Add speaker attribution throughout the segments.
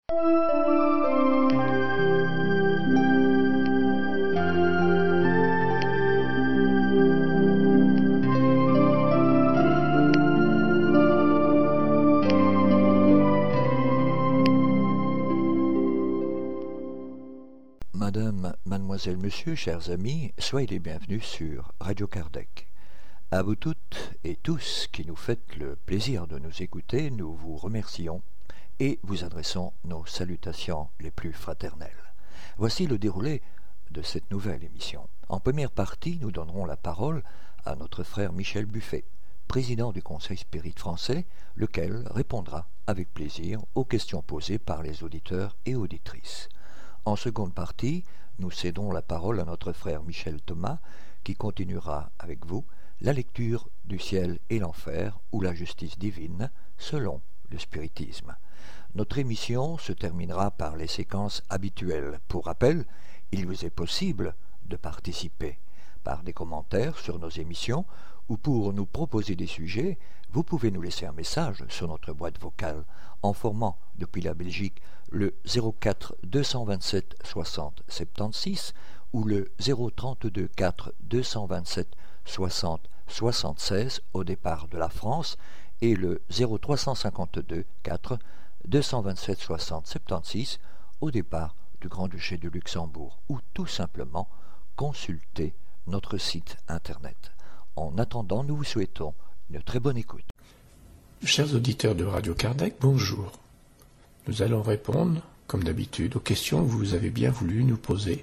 Speaker 1: Madame, mademoiselle, monsieur, chers amis, soyez les bienvenus sur Radio Kardec. À vous toutes et tous qui nous faites le plaisir de nous écouter, nous vous remercions et vous adressons nos salutations les plus fraternelles. Voici le déroulé de cette nouvelle émission. En première partie, nous donnerons la parole à notre frère Michel Buffet, président du Conseil Spirit français, lequel répondra avec plaisir aux questions posées par les auditeurs et auditrices. En seconde partie, nous cédons la parole à notre frère Michel Thomas, qui continuera avec vous la lecture du ciel et l'enfer ou la justice divine, selon le spiritisme. Notre émission se terminera par les séquences habituelles. Pour rappel, il vous est possible de participer par des commentaires sur nos émissions ou pour nous proposer des sujets, vous pouvez nous laisser un message sur notre boîte vocale en formant depuis la Belgique le 04 227 60 76 ou le 032 4 227 60 76 au départ de la France et le 0352 4 227 60 76 au départ du Grand-Duché de Luxembourg ou tout simplement consulter notre site internet. En attendant, nous vous souhaitons une très bonne écoute.
Speaker 2: Chers auditeurs de Radio Kardec, bonjour. Nous allons répondre, comme d'habitude, aux questions que vous avez bien voulu nous poser.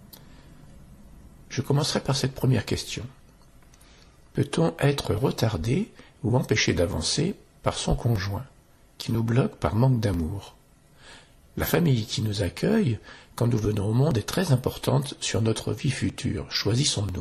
Speaker 2: Je commencerai par cette première question. Peut-on être retardé ou empêché d'avancer par son conjoint, qui nous bloque par manque d'amour? La famille qui nous accueille quand nous venons au monde est très importante sur notre vie future. Choisissons-nous.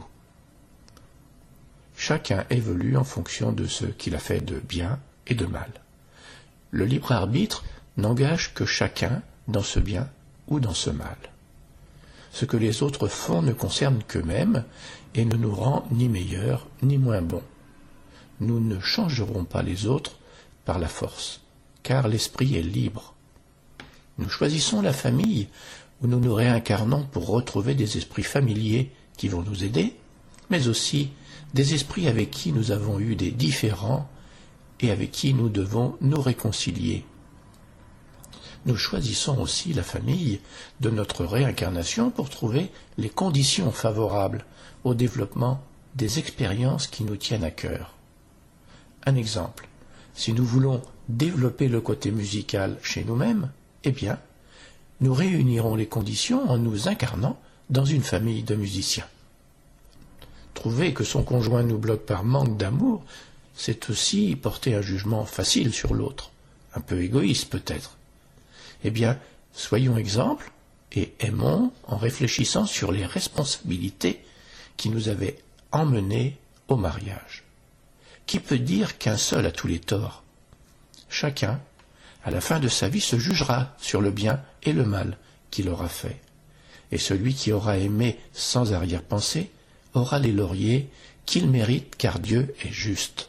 Speaker 2: Chacun évolue en fonction de ce qu'il a fait de bien et de mal. Le libre arbitre n'engage que chacun dans ce bien ou dans ce mal. Ce que les autres font ne concerne qu'eux-mêmes et ne nous rend ni meilleurs ni moins bons. Nous ne changerons pas les autres par la force, car l'esprit est libre. Nous choisissons la famille où nous nous réincarnons pour retrouver des esprits familiers qui vont nous aider, mais aussi des esprits avec qui nous avons eu des différends et avec qui nous devons nous réconcilier. Nous choisissons aussi la famille de notre réincarnation pour trouver les conditions favorables au développement des expériences qui nous tiennent à cœur. Un exemple, si nous voulons développer le côté musical chez nous-mêmes, eh bien, nous réunirons les conditions en nous incarnant dans une famille de musiciens. Trouver que son conjoint nous bloque par manque d'amour, c'est aussi porter un jugement facile sur l'autre, un peu égoïste peut-être. Eh bien, soyons exemples et aimons en réfléchissant sur les responsabilités qui nous avaient emmenés au mariage. Qui peut dire qu'un seul a tous les torts? Chacun, à la fin de sa vie, se jugera sur le bien et le mal qu'il aura fait. Et celui qui aura aimé sans arrière-pensée aura les lauriers qu'il mérite car Dieu est juste.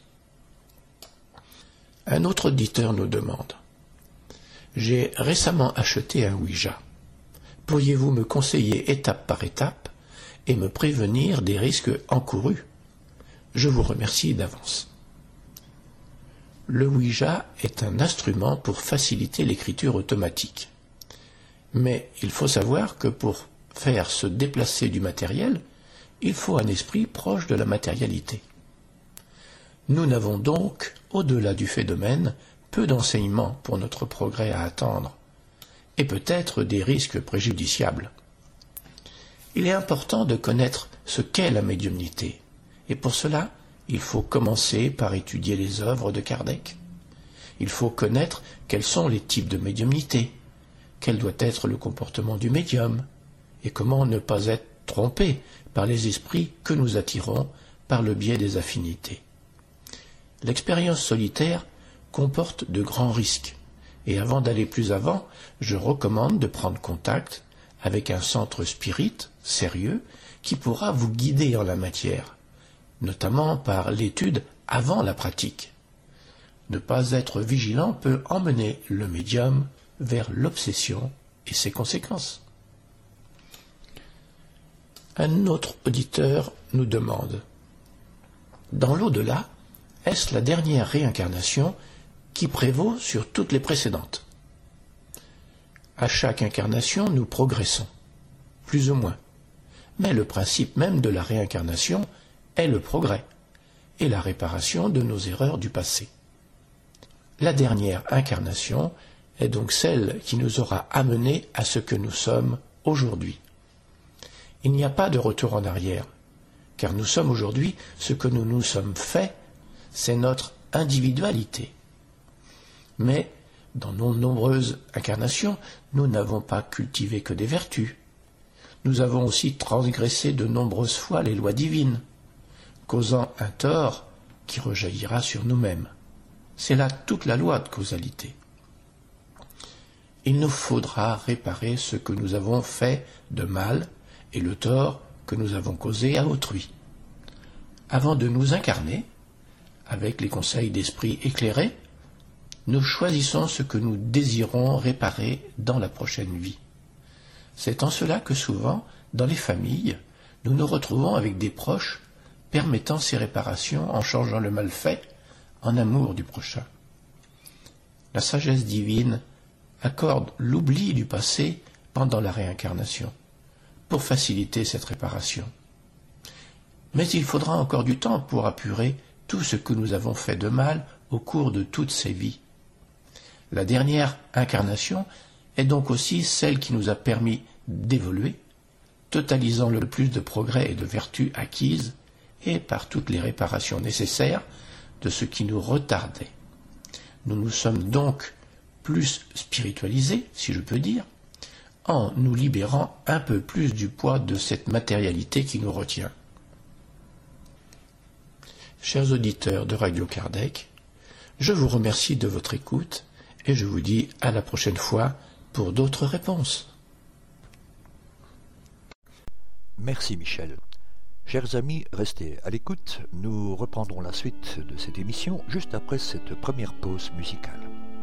Speaker 2: Un autre auditeur nous demande: j'ai récemment acheté un Ouija. Pourriez-vous me conseiller étape par étape et me prévenir des risques encourus? Je vous remercie d'avance. Le Ouija est un instrument pour faciliter l'écriture automatique. Mais il faut savoir que pour faire se déplacer du matériel, il faut un esprit proche de la matérialité. Nous n'avons donc, au-delà du phénomène, peu d'enseignements pour notre progrès à attendre, et peut-être des risques préjudiciables. Il est important de connaître ce qu'est la médiumnité, et pour cela, il faut commencer par étudier les œuvres de Kardec. Il faut connaître quels sont les types de médiumnité, quel doit être le comportement du médium, et comment ne pas être trompé par les esprits que nous attirons par le biais des affinités. L'expérience solitaire comporte de grands risques, et avant d'aller plus avant, je recommande de prendre contact avec un centre spirit sérieux qui pourra vous guider en la matière, notamment par l'étude avant la pratique. Ne pas être vigilant peut emmener le médium vers l'obsession et ses conséquences. Un autre auditeur nous demande: dans l'au-delà, est-ce la dernière réincarnation qui prévaut sur toutes les précédentes? À chaque incarnation, nous progressons, plus ou moins. Mais le principe même de la réincarnation est le progrès et la réparation de nos erreurs du passé. La dernière incarnation est donc celle qui nous aura amenés à ce que nous sommes aujourd'hui. Il n'y a pas de retour en arrière, car nous sommes aujourd'hui ce que nous nous sommes fait, c'est notre individualité. Mais, dans nos nombreuses incarnations, nous n'avons pas cultivé que des vertus. Nous avons aussi transgressé de nombreuses fois les lois divines, causant un tort qui rejaillira sur nous-mêmes. C'est là toute la loi de causalité. Il nous faudra réparer ce que nous avons fait de mal et le tort que nous avons causé à autrui. Avant de nous incarner, avec les conseils d'esprit éclairés, nous choisissons ce que nous désirons réparer dans la prochaine vie. C'est en cela que souvent, dans les familles, nous nous retrouvons avec des proches permettant ces réparations en changeant le mal fait en amour du prochain. La sagesse divine accorde l'oubli du passé pendant la réincarnation, pour faciliter cette réparation. Mais il faudra encore du temps pour apurer tout ce que nous avons fait de mal au cours de toutes ces vies. La dernière incarnation est donc aussi celle qui nous a permis d'évoluer, totalisant le plus de progrès et de vertus acquises, et par toutes les réparations nécessaires de ce qui nous retardait. Nous nous sommes donc plus spiritualisés, si je peux dire, en nous libérant un peu plus du poids de cette matérialité qui nous retient. Chers auditeurs de Radio Kardec, je vous remercie de votre écoute et je vous dis à la prochaine fois pour d'autres réponses.
Speaker 1: Merci Michel. Chers amis, restez à l'écoute. Nous reprendrons la suite de cette émission juste après cette première pause musicale.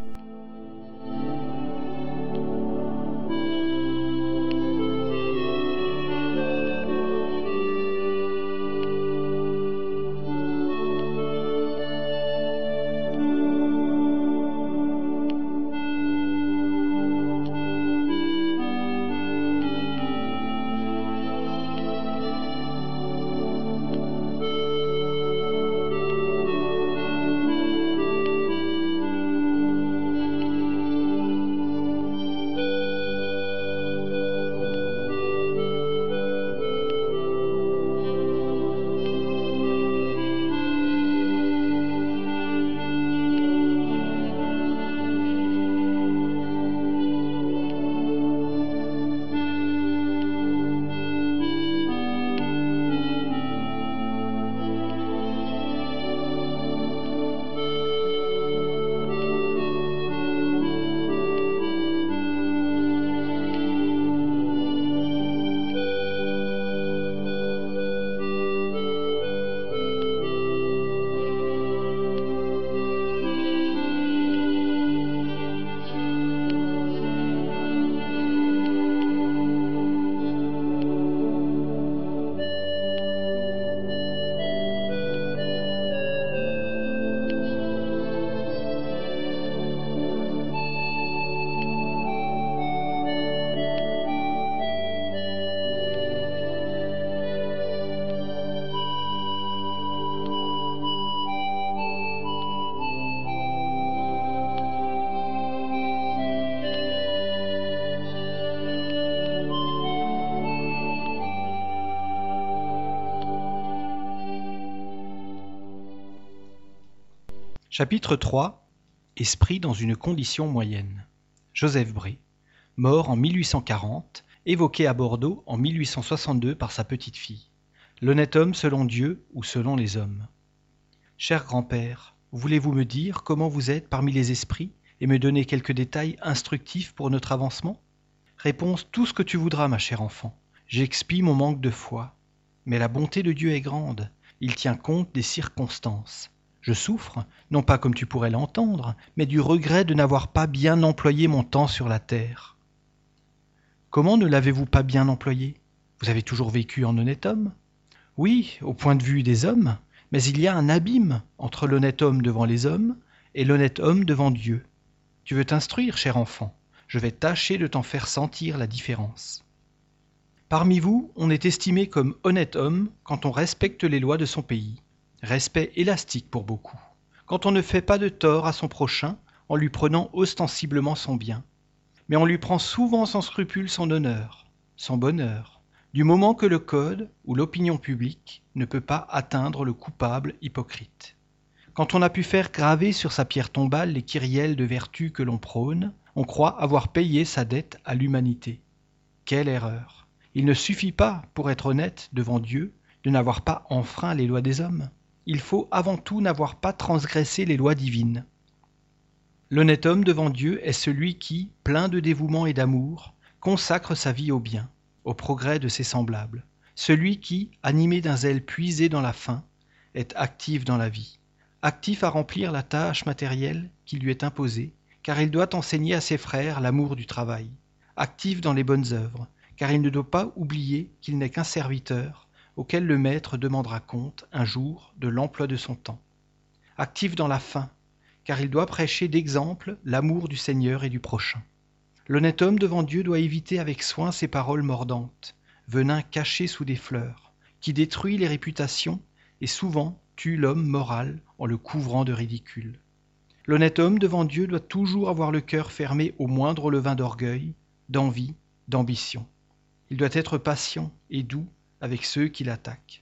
Speaker 3: Chapitre 3. Esprit dans une condition moyenne. Joseph Bray, mort en 1840, évoqué à Bordeaux en 1862 par sa petite-fille. L'honnête homme selon Dieu ou selon les hommes. Cher grand-père, voulez-vous me dire comment vous êtes parmi les esprits et me donner quelques détails instructifs pour notre avancement? Réponse: tout ce que tu voudras, ma chère enfant. J'expie mon manque de foi. Mais la bonté de Dieu est grande. Il tient compte des circonstances. Je souffre, non pas comme tu pourrais l'entendre, mais du regret de n'avoir pas bien employé mon temps sur la terre. Comment ne l'avez-vous pas bien employé? Vous avez toujours vécu en honnête homme? Oui, au point de vue des hommes, mais il y a un abîme entre l'honnête homme devant les hommes et l'honnête homme devant Dieu. Tu veux t'instruire, cher enfant, je vais tâcher de t'en faire sentir la différence. Parmi vous, on est estimé comme honnête homme quand on respecte les lois de son pays. Respect élastique pour beaucoup. Quand on ne fait pas de tort à son prochain en lui prenant ostensiblement son bien. Mais on lui prend souvent sans scrupule son honneur, son bonheur, du moment que le code ou l'opinion publique ne peut pas atteindre le coupable hypocrite. Quand on a pu faire graver sur sa pierre tombale les kyrielles de vertu que l'on prône, on croit avoir payé sa dette à l'humanité. Quelle erreur! Il ne suffit pas, pour être honnête devant Dieu, de n'avoir pas enfreint les lois des hommes. Il faut avant tout n'avoir pas transgressé les lois divines. L'honnête homme devant Dieu est celui qui, plein de dévouement et d'amour, consacre sa vie au bien, au progrès de ses semblables. Celui qui, animé d'un zèle puisé dans la faim, est actif dans la vie, actif à remplir la tâche matérielle qui lui est imposée, car il doit enseigner à ses frères l'amour du travail, actif dans les bonnes œuvres, car il ne doit pas oublier qu'il n'est qu'un serviteur, auquel le maître demandera compte un jour de l'emploi de son temps. Actif dans la faim, car il doit prêcher d'exemple l'amour du Seigneur et du prochain. L'honnête homme devant Dieu doit éviter avec soin ces paroles mordantes, venin caché sous des fleurs, qui détruit les réputations et souvent tue l'homme moral en le couvrant de ridicule. L'honnête homme devant Dieu doit toujours avoir le cœur fermé au moindre levain d'orgueil, d'envie, d'ambition. Il doit être patient et doux avec ceux qui l'attaquent.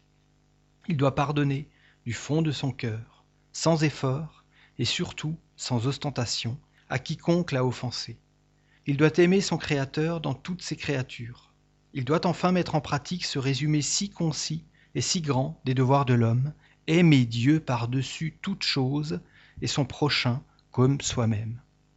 Speaker 3: Il doit pardonner du fond de son cœur, sans effort et surtout sans ostentation, à quiconque l'a offensé. Il doit aimer son Créateur dans toutes ses créatures. Il doit enfin mettre en pratique ce résumé si concis et si grand des devoirs de l'homme, aimer Dieu par-dessus toute chose et son prochain comme soi-même.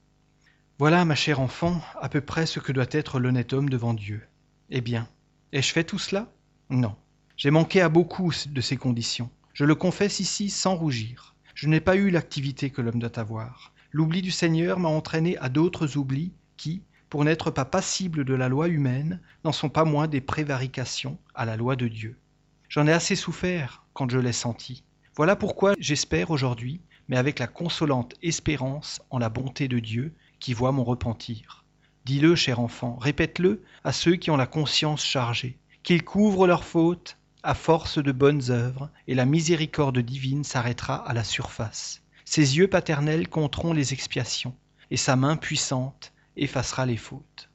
Speaker 3: Voilà, ma chère enfant, à peu près ce que doit être l'honnête homme devant Dieu. Eh bien, ai-je fait tout cela? Non. J'ai manqué à beaucoup de ces conditions. Je le confesse ici sans rougir. Je n'ai pas eu l'activité que l'homme doit avoir. L'oubli du Seigneur m'a entraîné à d'autres oublis qui, pour n'être pas passibles de la loi humaine, n'en sont pas moins des prévarications à la loi de Dieu. J'en ai assez souffert quand je l'ai senti. Voilà pourquoi j'espère aujourd'hui, mais avec la consolante espérance en la bonté de Dieu qui voit mon repentir. Dis-le, cher enfant, répète-le à ceux qui ont la conscience chargée, qu'ils couvrent leurs fautes à force de bonnes œuvres, et la miséricorde divine s'arrêtera à la surface. Ses yeux paternels compteront les expiations, et sa main puissante effacera les fautes.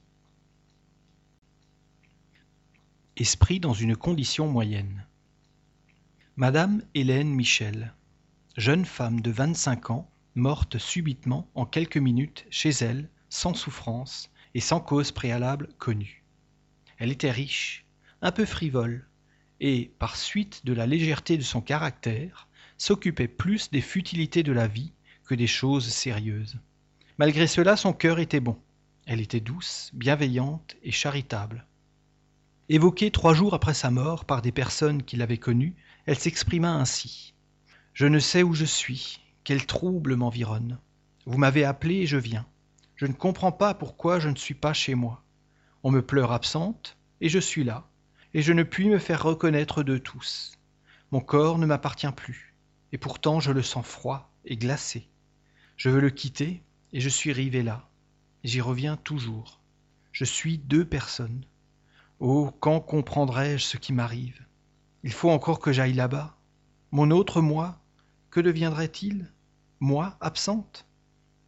Speaker 3: Esprit dans une condition moyenne. Madame Hélène Michel, jeune femme de 25 ans, morte subitement en quelques minutes chez elle, sans souffrance et sans cause préalable connue. Elle était riche, un peu frivole, et, par suite de la légèreté de son caractère, s'occupait plus des futilités de la vie que des choses sérieuses. Malgré cela, son cœur était bon. Elle était douce, bienveillante et charitable. Évoquée 3 jours après sa mort par des personnes qui l'avaient connue, elle s'exprima ainsi. « Je ne sais où je suis, quel trouble m'environne. Vous m'avez appelé et je viens. Je ne comprends pas pourquoi je ne suis pas chez moi. On me pleure absente, et je suis là, et je ne puis me faire reconnaître de tous. Mon corps ne m'appartient plus, et pourtant je le sens froid et glacé. Je veux le quitter, et je suis rivé là. J'y reviens toujours. Je suis 2 personnes. Oh, quand comprendrai-je ce qui m'arrive? Il faut encore que j'aille là-bas. Mon autre moi, que deviendrait-il? Moi, absente? Adieu. »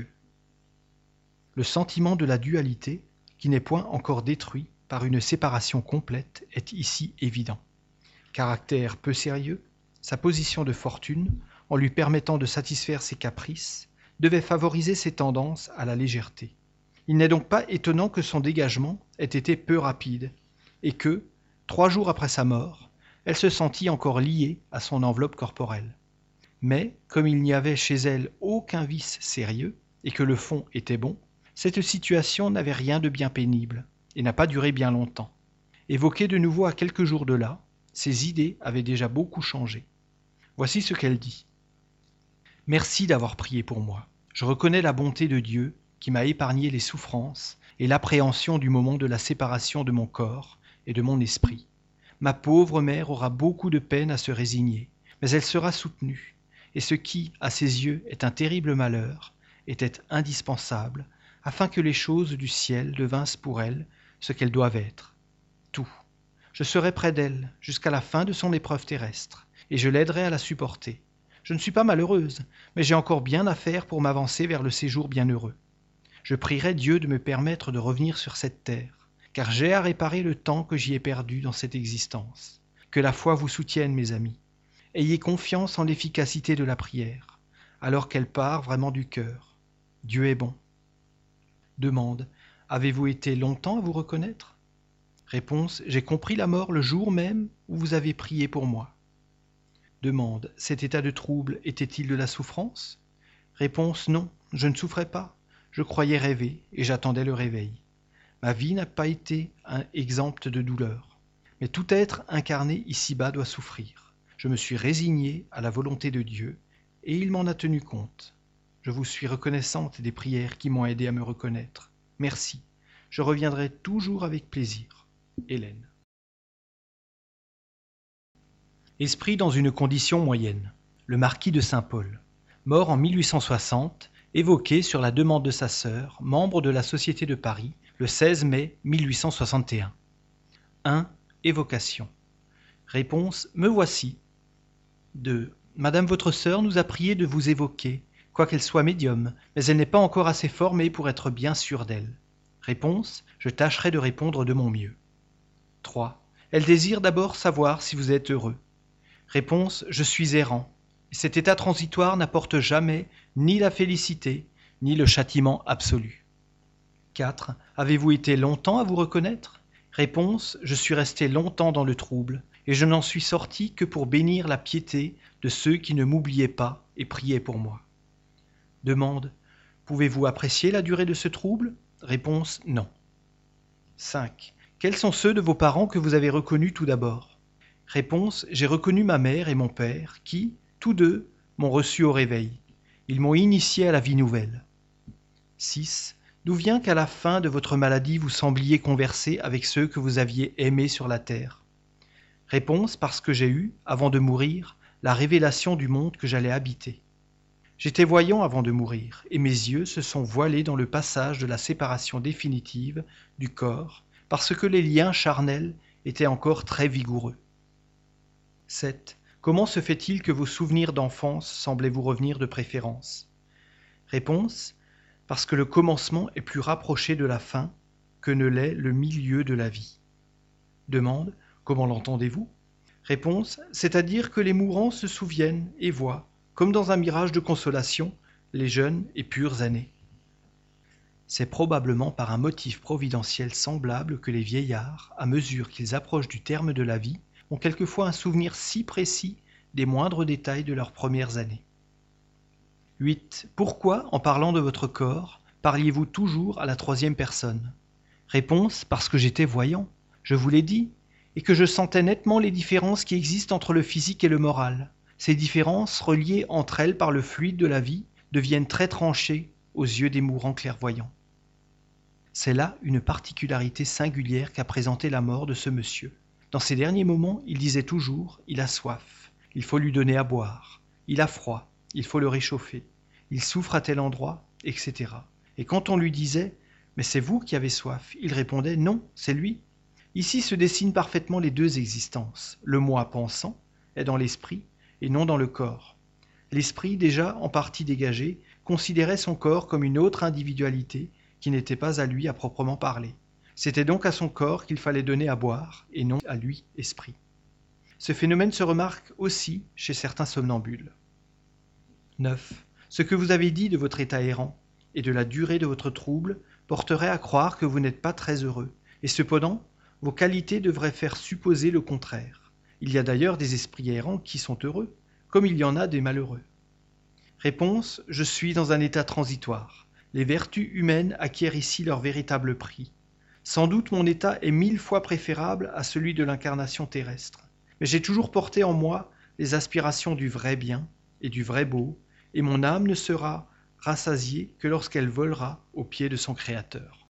Speaker 3: Le sentiment de la dualité, qui n'est point encore détruit par une séparation complète, est ici évident. Caractère peu sérieux, sa position de fortune, en lui permettant de satisfaire ses caprices, devait favoriser ses tendances à la légèreté. Il n'est donc pas étonnant que son dégagement ait été peu rapide, et que, 3 jours après sa mort, elle se sentit encore liée à son enveloppe corporelle. Mais, comme il n'y avait chez elle aucun vice sérieux, et que le fond était bon, cette situation n'avait rien de bien pénible, et n'a pas duré bien longtemps. Évoquée de nouveau à quelques jours de là, ses idées avaient déjà beaucoup changé. Voici ce qu'elle dit. Merci d'avoir prié pour moi. Je reconnais la bonté de Dieu qui m'a épargné les souffrances et l'appréhension du moment de la séparation de mon corps et de mon esprit. Ma pauvre mère aura beaucoup de peine à se résigner, mais elle sera soutenue, et ce qui, à ses yeux, est un terrible malheur, était indispensable, afin que les choses du ciel devinssent pour elle ce qu'elles doivent être. Tout. Je serai près d'elle jusqu'à la fin de son épreuve terrestre, et je l'aiderai à la supporter. Je ne suis pas malheureuse, mais j'ai encore bien à faire pour m'avancer vers le séjour bienheureux. Je prierai Dieu de me permettre de revenir sur cette terre, car j'ai à réparer le temps que j'y ai perdu dans cette existence. Que la foi vous soutienne, mes amis. Ayez confiance en l'efficacité de la prière, alors qu'elle part vraiment du cœur. Dieu est bon. Demande. Avez-vous été longtemps à vous reconnaître? Réponse. J'ai compris la mort le jour même où vous avez prié pour moi. Demande. Cet état de trouble était-il de la souffrance? Réponse. Non, je ne souffrais pas. Je croyais rêver et j'attendais le réveil. Ma vie n'a pas été exempte de douleur. Mais tout être incarné ici-bas doit souffrir. Je me suis résigné à la volonté de Dieu et il m'en a tenu compte. Je vous suis reconnaissante des prières qui m'ont aidé à me reconnaître. Merci. Je reviendrai toujours avec plaisir. Hélène. Esprit dans une condition moyenne. Le marquis de Saint-Paul. Mort en 1860, évoqué sur la demande de sa sœur, membre de la Société de Paris, le 16 mai 1861. 1. Évocation. Réponse. Me voici. 2. Madame votre sœur nous a prié de vous évoquer, quoiqu'elle soit médium, mais elle n'est pas encore assez formée pour être bien sûre d'elle. Réponse. Je tâcherai de répondre de mon mieux. 3. Elle désire d'abord savoir si vous êtes heureux. Réponse. Je suis errant. Cet état transitoire n'apporte jamais ni la félicité, ni le châtiment absolu. 4. Avez-vous été longtemps à vous reconnaître? Réponse. Je suis resté longtemps dans le trouble, et je n'en suis sorti que pour bénir la piété de ceux qui ne m'oubliaient pas et priaient pour moi. Demande. Pouvez-vous apprécier la durée de ce trouble? Réponse. Non. 5. Quels sont ceux de vos parents que vous avez reconnus tout d'abord? Réponse. J'ai reconnu ma mère et mon père qui, tous deux, m'ont reçu au réveil. Ils m'ont initié à la vie nouvelle. 6. D'où vient qu'à la fin de votre maladie vous sembliez converser avec ceux que vous aviez aimés sur la terre? Réponse. Parce que j'ai eu, avant de mourir, la révélation du monde que j'allais habiter. J'étais voyant avant de mourir, et mes yeux se sont voilés dans le passage de la séparation définitive du corps, parce que les liens charnels étaient encore très vigoureux. 7. Comment se fait-il que vos souvenirs d'enfance semblaient vous revenir de préférence? Réponse. Parce que le commencement est plus rapproché de la fin que ne l'est le milieu de la vie. Demande. Comment l'entendez-vous? Réponse. C'est-à-dire que les mourants se souviennent et voient, comme dans un mirage de consolation, les jeunes et pures années. C'est probablement par un motif providentiel semblable que les vieillards, à mesure qu'ils approchent du terme de la vie, ont quelquefois un souvenir si précis des moindres détails de leurs premières années. 8. Pourquoi, en parlant de votre corps, parliez-vous toujours à la troisième personne? Réponse. Parce que j'étais voyant, je vous l'ai dit, et que je sentais nettement les différences qui existent entre le physique et le moral. Ces différences, reliées entre elles par le fluide de la vie, deviennent très tranchées aux yeux des mourants clairvoyants. C'est là une particularité singulière qu'a présentée la mort de ce monsieur. Dans ses derniers moments, il disait toujours « il a soif, il faut lui donner à boire, il a froid, il faut le réchauffer, il souffre à tel endroit, etc. » Et quand on lui disait « mais c'est vous qui avez soif », il répondait « non, c'est lui ». Ici se dessinent parfaitement les deux existences. Le moi pensant est dans l'esprit et non dans le corps. L'esprit, déjà en partie dégagé, considérait son corps comme une autre individualité qui n'était pas à lui à proprement parler. C'était donc à son corps qu'il fallait donner à boire, et non à lui, esprit. Ce phénomène se remarque aussi chez certains somnambules. 9. Ce que vous avez dit de votre état errant et de la durée de votre trouble porterait à croire que vous n'êtes pas très heureux, et cependant, vos qualités devraient faire supposer le contraire. Il y a d'ailleurs des esprits errants qui sont heureux, comme il y en a des malheureux. Réponse. Je suis dans un état transitoire. Les vertus humaines acquièrent ici leur véritable prix. Sans doute mon état est 1000 fois préférable à celui de l'incarnation terrestre. Mais j'ai toujours porté en moi les aspirations du vrai bien et du vrai beau, et mon âme ne sera rassasiée que lorsqu'elle volera aux pieds de son Créateur.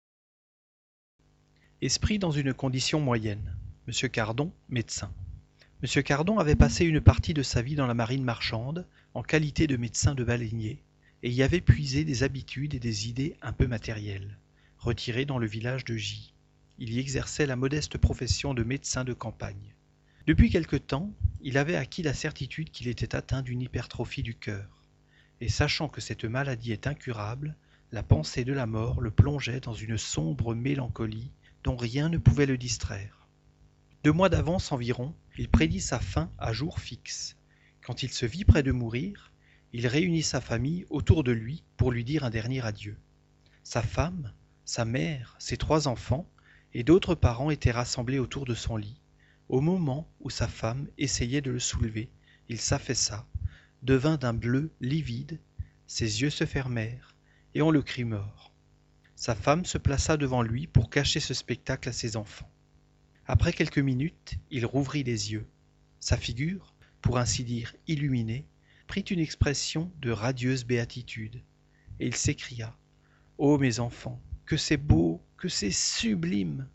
Speaker 3: Esprit dans une condition moyenne. Monsieur Cardon, médecin. Monsieur Cardon avait passé une partie de sa vie dans la marine marchande, en qualité de médecin de baleinier, et y avait puisé des habitudes et des idées un peu matérielles. Retiré dans le village de J, il y exerçait la modeste profession de médecin de campagne. Depuis quelque temps, il avait acquis la certitude qu'il était atteint d'une hypertrophie du cœur, et sachant que cette maladie est incurable, la pensée de la mort le plongeait dans une sombre mélancolie dont rien ne pouvait le distraire. 2 mois d'avance environ, il prédit sa fin à jour fixe. Quand il se vit près de mourir, il réunit sa famille autour de lui pour lui dire un dernier adieu. Sa femme, sa mère, ses 3 enfants et d'autres parents étaient rassemblés autour de son lit. Au moment où sa femme essayait de le soulever, il s'affaissa, devint d'un bleu livide, ses yeux se fermèrent et on le crut mort. Sa femme se plaça devant lui pour cacher ce spectacle à ses enfants. Après quelques minutes, il rouvrit les yeux. Sa figure, pour ainsi dire illuminée, prit une expression de radieuse béatitude, et il s'écria « Ô mes enfants, que c'est beau, que c'est sublime!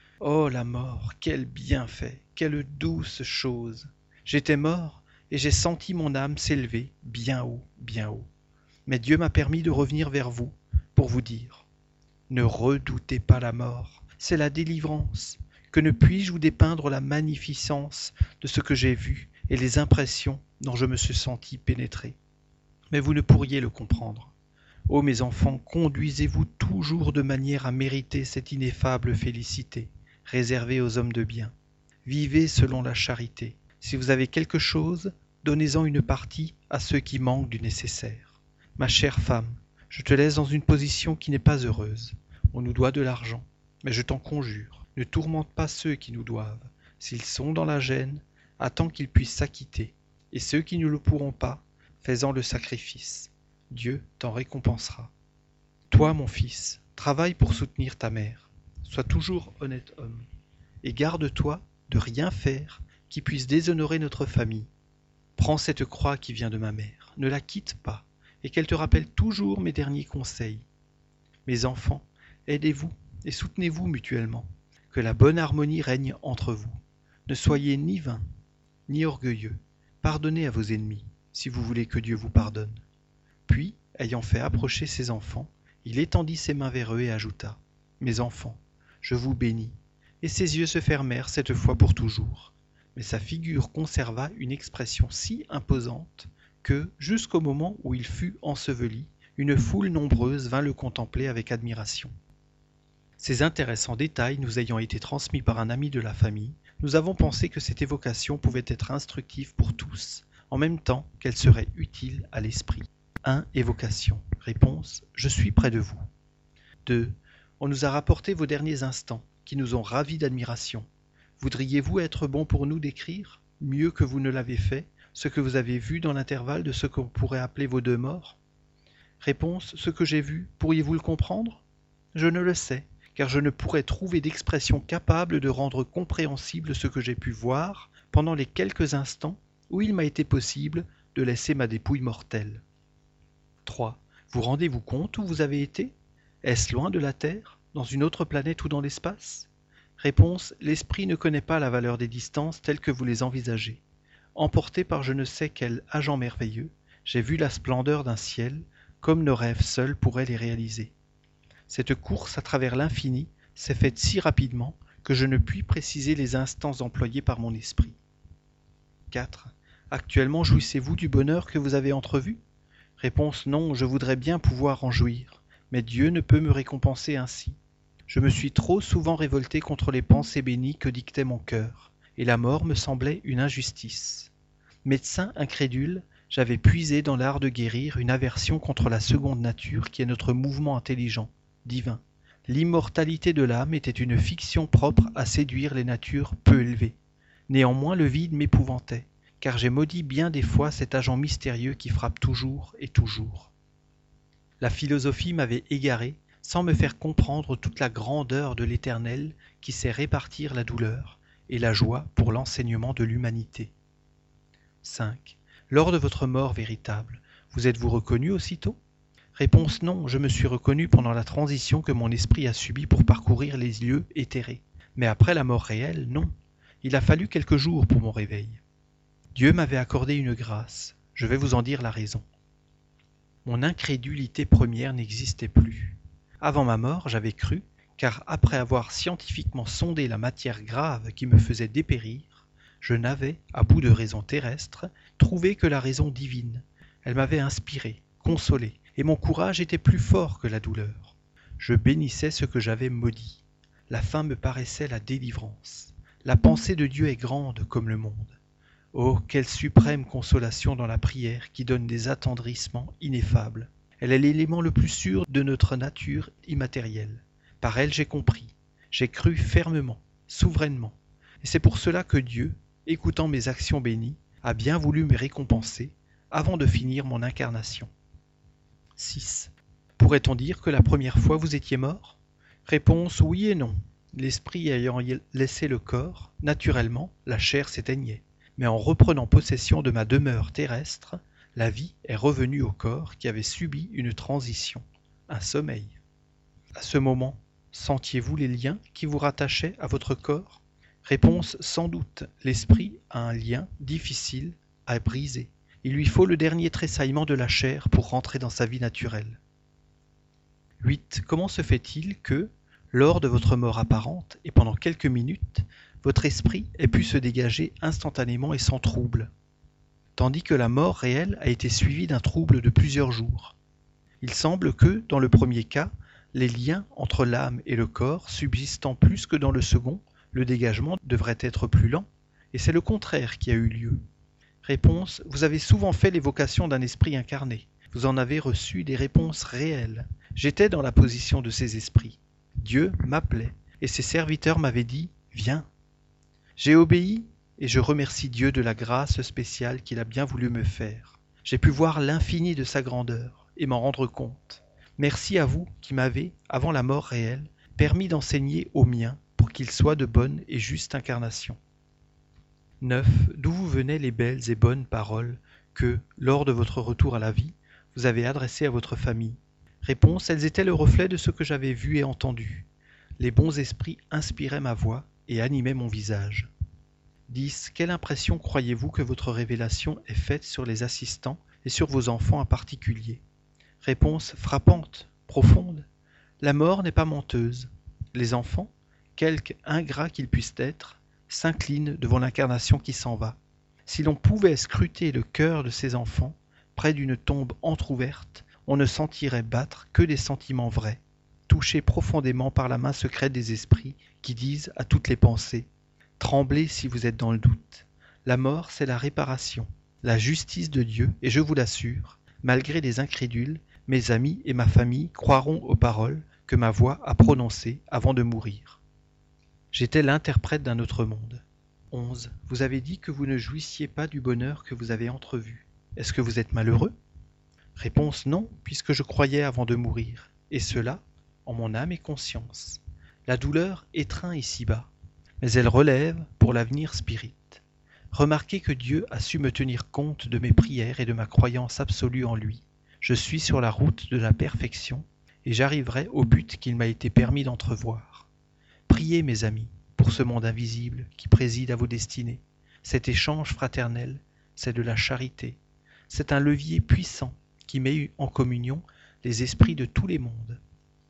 Speaker 3: Oh la mort, quel bienfait, quelle douce chose! J'étais mort, et j'ai senti mon âme s'élever bien haut, bien haut. Mais Dieu m'a permis de revenir vers vous pour vous dire « Ne redoutez pas la mort, c'est la délivrance. Que ne puis-je vous dépeindre la magnificence de ce que j'ai vu et les impressions dont je me suis senti pénétré. Mais vous ne pourriez le comprendre. Ô mes enfants, conduisez-vous toujours de manière à mériter cette ineffable félicité, réservée aux hommes de bien. Vivez selon la charité. Si vous avez quelque chose, donnez-en une partie à ceux qui manquent du nécessaire. Ma chère femme, je te laisse dans une position qui n'est pas heureuse. On nous doit de l'argent, mais je t'en conjure, ne tourmente pas ceux qui nous doivent. S'ils sont dans la gêne, attends qu'ils puissent s'acquitter, et ceux qui ne le pourront pas, fais-en le sacrifice. Dieu t'en récompensera. Toi, mon fils, travaille pour soutenir ta mère. Sois toujours honnête homme, et garde-toi de rien faire qui puisse déshonorer notre famille. Prends cette croix qui vient de ma mère, ne la quitte pas, et qu'elle te rappelle toujours mes derniers conseils. Mes enfants, aidez-vous et soutenez-vous mutuellement. Que la bonne harmonie règne entre vous. Ne soyez ni vains, ni orgueilleux. Pardonnez à vos ennemis, si vous voulez que Dieu vous pardonne. Puis, ayant fait approcher ses enfants, il étendit ses mains vers eux et ajouta « Mes enfants, je vous bénis. » Et ses yeux se fermèrent cette fois pour toujours. Mais sa figure conserva une expression si imposante que, jusqu'au moment où il fut enseveli, une foule nombreuse vint le contempler avec admiration. Ces intéressants détails nous ayant été transmis par un ami de la famille, nous avons pensé que cette évocation pouvait être instructive pour tous, en même temps qu'elle serait utile à l'esprit. 1. Évocation. Réponse. Je suis près de vous. 2. On nous a rapporté vos derniers instants, qui nous ont ravis d'admiration. Voudriez-vous être bon pour nous d'écrire, mieux que vous ne l'avez fait, ce que vous avez vu dans l'intervalle de ce qu'on pourrait appeler vos 2 morts? Réponse. Ce que j'ai vu, pourriez-vous le comprendre? Je ne le sais, car je ne pourrais trouver d'expression capable de rendre compréhensible ce que j'ai pu voir pendant les quelques instants où il m'a été possible de laisser ma dépouille mortelle. 3. Vous rendez-vous compte où vous avez été? Est-ce loin de la Terre, dans une autre planète ou dans l'espace? Réponse. L'esprit ne connaît pas la valeur des distances telles que vous les envisagez. Emporté par je ne sais quel agent merveilleux, j'ai vu la splendeur d'un ciel, comme nos rêves seuls pourraient les réaliser. Cette course à travers l'infini s'est faite si rapidement que je ne puis préciser les instants employés par mon esprit. 4. Actuellement jouissez-vous du bonheur que vous avez entrevu? Réponse. Non, je voudrais bien pouvoir en jouir, mais Dieu ne peut me récompenser ainsi. Je me suis trop souvent révolté contre les pensées bénies que dictait mon cœur, et la mort me semblait une injustice. Médecin incrédule, j'avais puisé dans l'art de guérir une aversion contre la seconde nature qui est notre mouvement intelligent, divin. L'immortalité de l'âme était une fiction propre à séduire les natures peu élevées. Néanmoins le vide m'épouvantait, car j'ai maudit bien des fois cet agent mystérieux qui frappe toujours et toujours. La philosophie m'avait égaré, sans me faire comprendre toute la grandeur de l'Éternel qui sait répartir la douleur et la joie pour l'enseignement de l'humanité. 5. Lors de votre mort véritable, Vous êtes-vous reconnu aussitôt? Réponse non, je me suis reconnu pendant la transition que mon esprit a subie pour parcourir les lieux éthérés. Mais après la mort réelle, non. Il a fallu quelques jours pour mon réveil. Dieu m'avait accordé une grâce. Je vais vous en dire la raison. Mon incrédulité première n'existait plus. Avant ma mort, j'avais cru, car après avoir scientifiquement sondé la matière grave qui me faisait dépérir, je n'avais, à bout de raison terrestre, trouvé que la raison divine. Elle m'avait inspiré, consolé, et mon courage était plus fort que la douleur. Je bénissais ce que j'avais maudit. La fin me paraissait la délivrance. La pensée de Dieu est grande comme le monde. Oh, quelle suprême consolation dans la prière qui donne des attendrissements ineffables. Elle est l'élément le plus sûr de notre nature immatérielle. Par elle j'ai compris, j'ai cru fermement, souverainement. Et c'est pour cela que Dieu, écoutant mes actions bénies, a bien voulu me récompenser avant de finir mon incarnation. 6. Pourrait-on dire que la première fois vous étiez mort? Réponse oui et non. L'esprit ayant laissé le corps, naturellement, la chair s'éteignait. Mais en reprenant possession de ma demeure terrestre, la vie est revenue au corps qui avait subi une transition, un sommeil. À ce moment, sentiez-vous les liens qui vous rattachaient à votre corps? Réponse sans doute, l'esprit a un lien difficile à briser. Il lui faut le dernier tressaillement de la chair pour rentrer dans sa vie naturelle. 8. Comment se fait-il que, lors de votre mort apparente et pendant quelques minutes, votre esprit ait pu se dégager instantanément et sans trouble, tandis que la mort réelle a été suivie d'un trouble de plusieurs jours? Il semble que, dans le premier cas, les liens entre l'âme et le corps subsistant plus que dans le second, le dégagement devrait être plus lent, et c'est le contraire qui a eu lieu. Réponse: vous avez souvent fait l'évocation d'un esprit incarné. Vous en avez reçu des réponses réelles. J'étais dans la position de ces esprits. Dieu m'appelait, et ses serviteurs m'avaient dit « Viens ». J'ai obéi, et je remercie Dieu de la grâce spéciale qu'il a bien voulu me faire. J'ai pu voir l'infini de sa grandeur, et m'en rendre compte. Merci à vous qui m'avez, avant la mort réelle, permis d'enseigner aux miens pour qu'ils soient de bonnes et justes incarnations. 9. D'où vous venaient les belles et bonnes paroles que, lors de votre retour à la vie, vous avez adressées à votre famille? Réponse: elles étaient le reflet de ce que j'avais vu et entendu. Les bons esprits inspiraient ma voix et animaient mon visage. 10. Quelle impression croyez-vous que votre révélation ait faite sur les assistants et sur vos enfants en particulier? Réponse: frappante, profonde. La mort n'est pas menteuse. Les enfants, quelque ingrats qu'ils puissent être, s'inclinent devant l'incarnation qui s'en va. Si l'on pouvait scruter le cœur de ces enfants, près d'une tombe entr'ouverte, on ne sentirait battre que des sentiments vrais, touchés profondément par la main secrète des esprits qui disent à toutes les pensées: tremblez si vous êtes dans le doute. La mort, c'est la réparation, la justice de Dieu, et je vous l'assure, malgré les incrédules, mes amis et ma famille croiront aux paroles que ma voix a prononcées avant de mourir. J'étais l'interprète d'un autre monde. 11. Vous avez dit que vous ne jouissiez pas du bonheur que vous avez entrevu. Est-ce que vous êtes malheureux? Réponse: non, puisque je croyais avant de mourir, et cela en mon âme et conscience. La douleur étreint ici-bas, mais elle relève pour l'avenir spirit. Remarquez que Dieu a su me tenir compte de mes prières et de ma croyance absolue en lui. Je suis sur la route de la perfection, et j'arriverai au but qu'il m'a été permis d'entrevoir. Priez, mes amis, pour ce monde invisible qui préside à vos destinées. Cet échange fraternel, c'est de la charité. C'est un levier puissant qui met en communion les esprits de tous les mondes.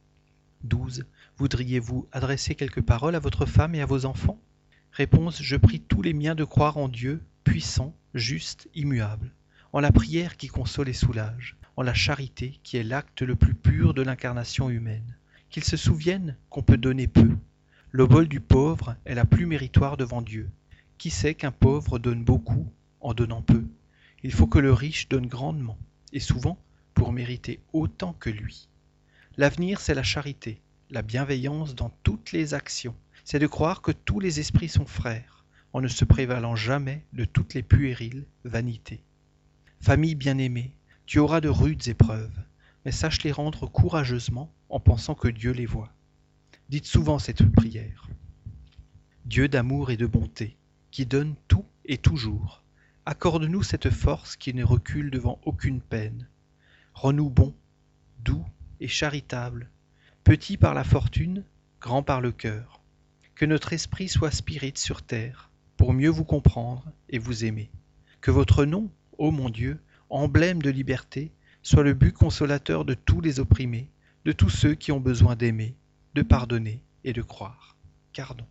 Speaker 3: 12. Voudriez-vous adresser quelques paroles à votre femme et à vos enfants? Réponse: je prie tous les miens de croire en Dieu, puissant, juste, immuable, en la prière qui console et soulage, en la charité qui est l'acte le plus pur de l'incarnation humaine. Qu'ils se souviennent qu'on peut donner peu. L'obole du pauvre est la plus méritoire devant Dieu. Qui sait qu'un pauvre donne beaucoup en donnant peu? Il faut que le riche donne grandement, et souvent pour mériter autant que lui. L'avenir, c'est la charité, la bienveillance dans toutes les actions. C'est de croire que tous les esprits sont frères, en ne se prévalant jamais de toutes les puériles vanités. Famille bien-aimée, tu auras de rudes épreuves, mais sache les rendre courageusement en pensant que Dieu les voit. Dites souvent cette prière. Dieu d'amour et de bonté, qui donne tout et toujours, Accorde-nous cette force qui ne recule devant aucune peine. Rends-nous bons, doux et charitables, petits par la fortune, grands par le cœur. Que notre esprit soit spirit sur terre, pour mieux vous comprendre et vous aimer. Que votre nom, ô mon Dieu, emblème de liberté, soit le but consolateur de tous les opprimés, de tous ceux qui ont besoin d'aimer, de pardonner et de croire. Cardon.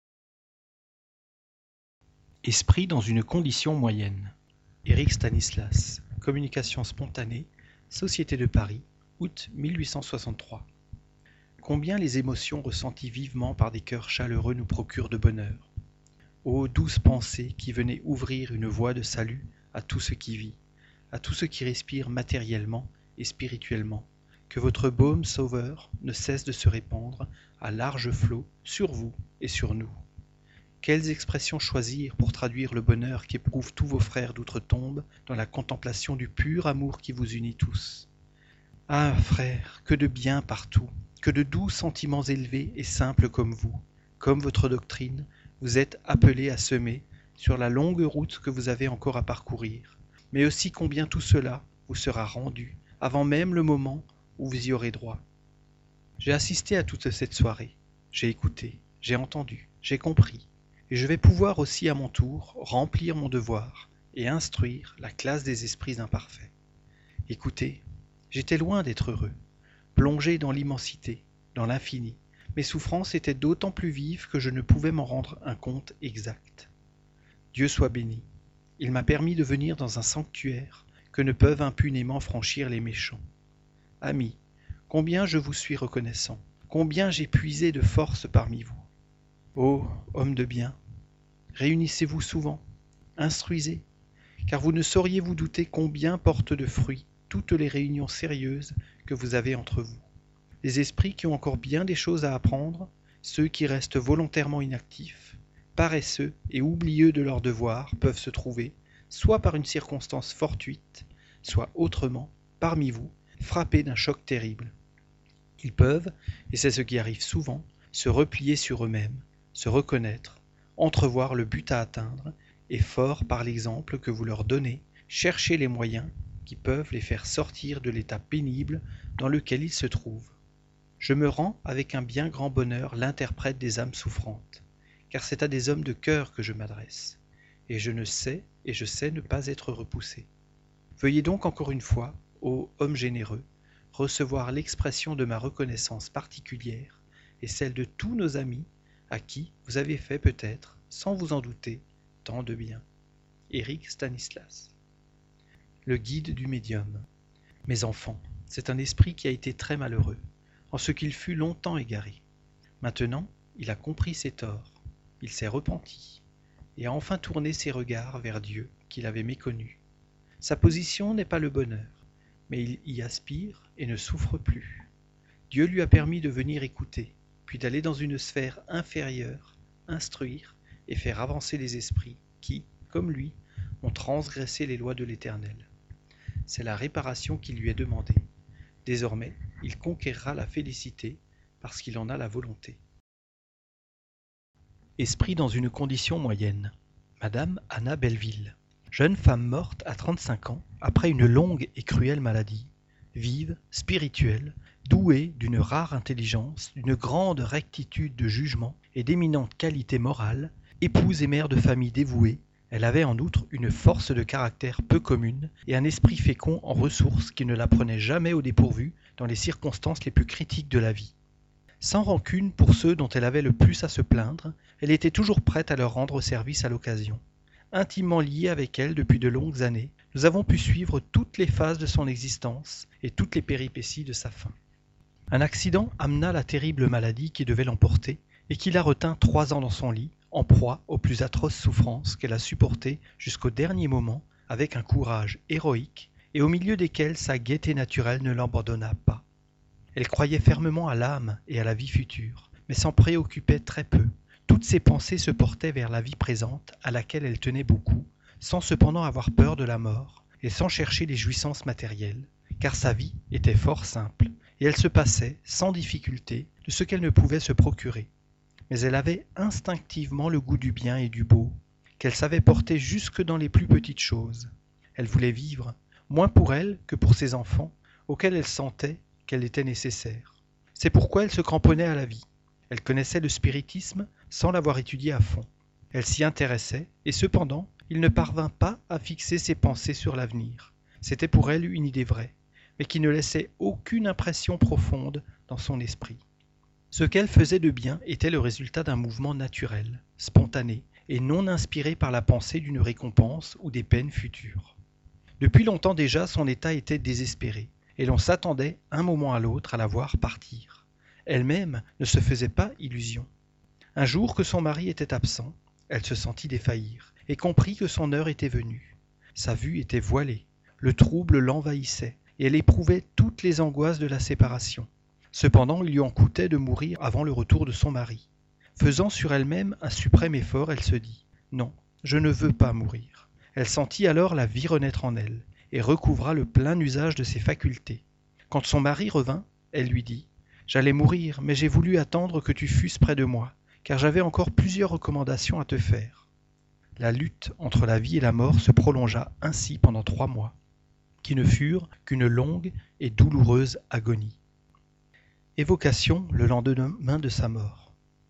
Speaker 3: Esprit dans une condition moyenne. Éric Stanislas. Communication spontanée. Société de Paris. Août 1863. Combien les émotions ressenties vivement par des cœurs chaleureux nous procurent de bonheur. Ô douces pensées qui venez ouvrir une voie de salut à tout ce qui vit, à tout ce qui respire matériellement et spirituellement, que votre baume sauveur ne cesse de se répandre à large flot sur vous et sur nous. Quelles expressions choisir pour traduire le bonheur qu'éprouvent tous vos frères d'outre-tombe dans la contemplation du pur amour qui vous unit tous. Ah, frères, que de bien partout, que de doux sentiments élevés et simples comme vous, comme votre doctrine, vous êtes appelés à semer sur la longue route que vous avez encore à parcourir, mais aussi combien tout cela vous sera rendu avant même le moment où vous y aurez droit. J'ai assisté à toute cette soirée, j'ai écouté, j'ai entendu, j'ai compris, et je vais pouvoir aussi à mon tour remplir mon devoir et instruire la classe des esprits imparfaits. Écoutez, j'étais loin d'être heureux, plongé dans l'immensité, dans l'infini. Mes souffrances étaient d'autant plus vives que je ne pouvais m'en rendre un compte exact. Dieu soit béni, il m'a permis de venir dans un sanctuaire que ne peuvent impunément franchir les méchants. Amis, combien je vous suis reconnaissant, combien j'ai puisé de force parmi vous. Ô hommes de bien, réunissez-vous souvent, instruisez, car vous ne sauriez vous douter combien portent de fruits toutes les réunions sérieuses que vous avez entre vous. Les esprits qui ont encore bien des choses à apprendre, ceux qui restent volontairement inactifs, paresseux et oublieux de leurs devoirs peuvent se trouver, soit par une circonstance fortuite, soit autrement, parmi vous, frappés d'un choc terrible. Ils peuvent, et c'est ce qui arrive souvent, se replier sur eux-mêmes, se reconnaître, entrevoir le but à atteindre, et fort par l'exemple que vous leur donnez, chercher les moyens qui peuvent les faire sortir de l'état pénible dans lequel ils se trouvent. Je me rends avec un bien grand bonheur l'interprète des âmes souffrantes, car c'est à des hommes de cœur que je m'adresse, et je sais ne pas être repoussé. Veuillez donc encore une fois, ô homme généreux, recevoir l'expression de ma reconnaissance particulière et celle de tous nos amis à qui vous avez fait peut-être, sans vous en douter, tant de bien. Éric Stanislas. Le guide du médium. Mes enfants, c'est un esprit qui a été très malheureux, en ce qu'il fut longtemps égaré. Maintenant, il a compris ses torts, il s'est repenti, et a enfin tourné ses regards vers Dieu qu'il avait méconnu. Sa position n'est pas le bonheur, mais il y aspire et ne souffre plus. Dieu lui a permis de venir écouter, puis d'aller dans une sphère inférieure, instruire et faire avancer les esprits qui, comme lui, ont transgressé les lois de l'Éternel. C'est la réparation qui lui est demandée. Désormais, il conquérera la félicité parce qu'il en a la volonté. Esprit dans une condition moyenne. Madame Anna Belleville. Jeune femme morte à 35 ans après une longue et cruelle maladie. Vive, spirituelle, douée d'une rare intelligence, d'une grande rectitude de jugement et d'éminentes qualités morales, épouse et mère de famille dévouée, elle avait en outre une force de caractère peu commune et un esprit fécond en ressources qui ne la prenait jamais au dépourvu dans les circonstances les plus critiques de la vie. Sans rancune pour ceux dont elle avait le plus à se plaindre, elle était toujours prête à leur rendre service à l'occasion. Intimement liée avec elle depuis de longues années, nous avons pu suivre toutes les phases de son existence et toutes les péripéties de sa fin. Un accident amena la terrible maladie qui devait l'emporter et qui la retint 3 ans dans son lit, en proie aux plus atroces souffrances qu'elle a supportées jusqu'au dernier moment avec un courage héroïque et au milieu desquels sa gaieté naturelle ne l'abandonna pas. Elle croyait fermement à l'âme et à la vie future, mais s'en préoccupait très peu. Toutes ses pensées se portaient vers la vie présente à laquelle elle tenait beaucoup, sans cependant avoir peur de la mort et sans chercher les jouissances matérielles, car sa vie était fort simple et elle se passait, sans difficulté, de ce qu'elle ne pouvait se procurer. Mais elle avait instinctivement le goût du bien et du beau, qu'elle savait porter jusque dans les plus petites choses. Elle voulait vivre, moins pour elle que pour ses enfants, auxquels elle sentait qu'elle était nécessaire. C'est pourquoi elle se cramponnait à la vie. Elle connaissait le spiritisme sans l'avoir étudié à fond. Elle s'y intéressait, et cependant, il ne parvint pas à fixer ses pensées sur l'avenir. C'était pour elle une idée vraie, mais qui ne laissait aucune impression profonde dans son esprit. Ce qu'elle faisait de bien était le résultat d'un mouvement naturel, spontané, et non inspiré par la pensée d'une récompense ou des peines futures. Depuis longtemps déjà, son état était désespéré, et l'on s'attendait un moment à l'autre à la voir partir. Elle-même ne se faisait pas illusion. Un jour que son mari était absent, elle se sentit défaillir, et comprit que son heure était venue. Sa vue était voilée, le trouble l'envahissait, et elle éprouvait toutes les angoisses de la séparation. Cependant, il lui en coûtait de mourir avant le retour de son mari. Faisant sur elle-même un suprême effort, elle se dit « Non, je ne veux pas mourir ». Elle sentit alors la vie renaître en elle, et recouvra le plein usage de ses facultés. Quand son mari revint, elle lui dit « J'allais mourir, mais j'ai voulu attendre que tu fusses près de moi, car j'avais encore plusieurs recommandations à te faire. » La lutte entre la vie et la mort se prolongea ainsi pendant 3 mois, qui ne furent qu'une longue et douloureuse agonie. Évocation le lendemain de sa mort.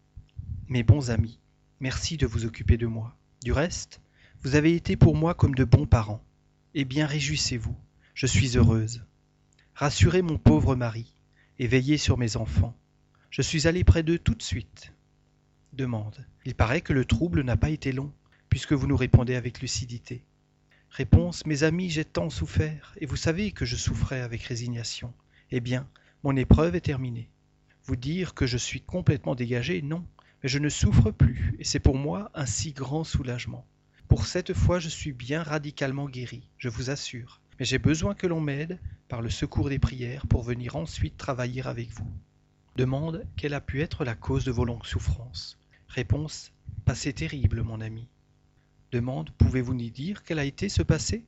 Speaker 3: Mes bons amis, merci de vous occuper de moi. Du reste, vous avez été pour moi comme de bons parents. Eh bien, réjouissez-vous, je suis heureuse. Rassurez mon pauvre mari et veillez sur mes enfants. Je suis allée près d'eux tout de suite. Demande. Il paraît que le trouble n'a pas été long, puisque vous nous répondez avec lucidité. Réponse. Mes amis, j'ai tant souffert, et vous savez que je souffrais avec résignation. Eh bien, mon épreuve est terminée. Vous dire que je suis complètement dégagé, non, mais je ne souffre plus, et c'est pour moi un si grand soulagement. Pour cette fois, je suis bien radicalement guéri, je vous assure, mais j'ai besoin que l'on m'aide, par le secours des prières, pour venir ensuite travailler avec vous. Demande. Quelle a pu être la cause de vos longues souffrances? Réponse. Passé terrible, mon ami. Demande. Pouvez-vous nous dire quel a été ce passé?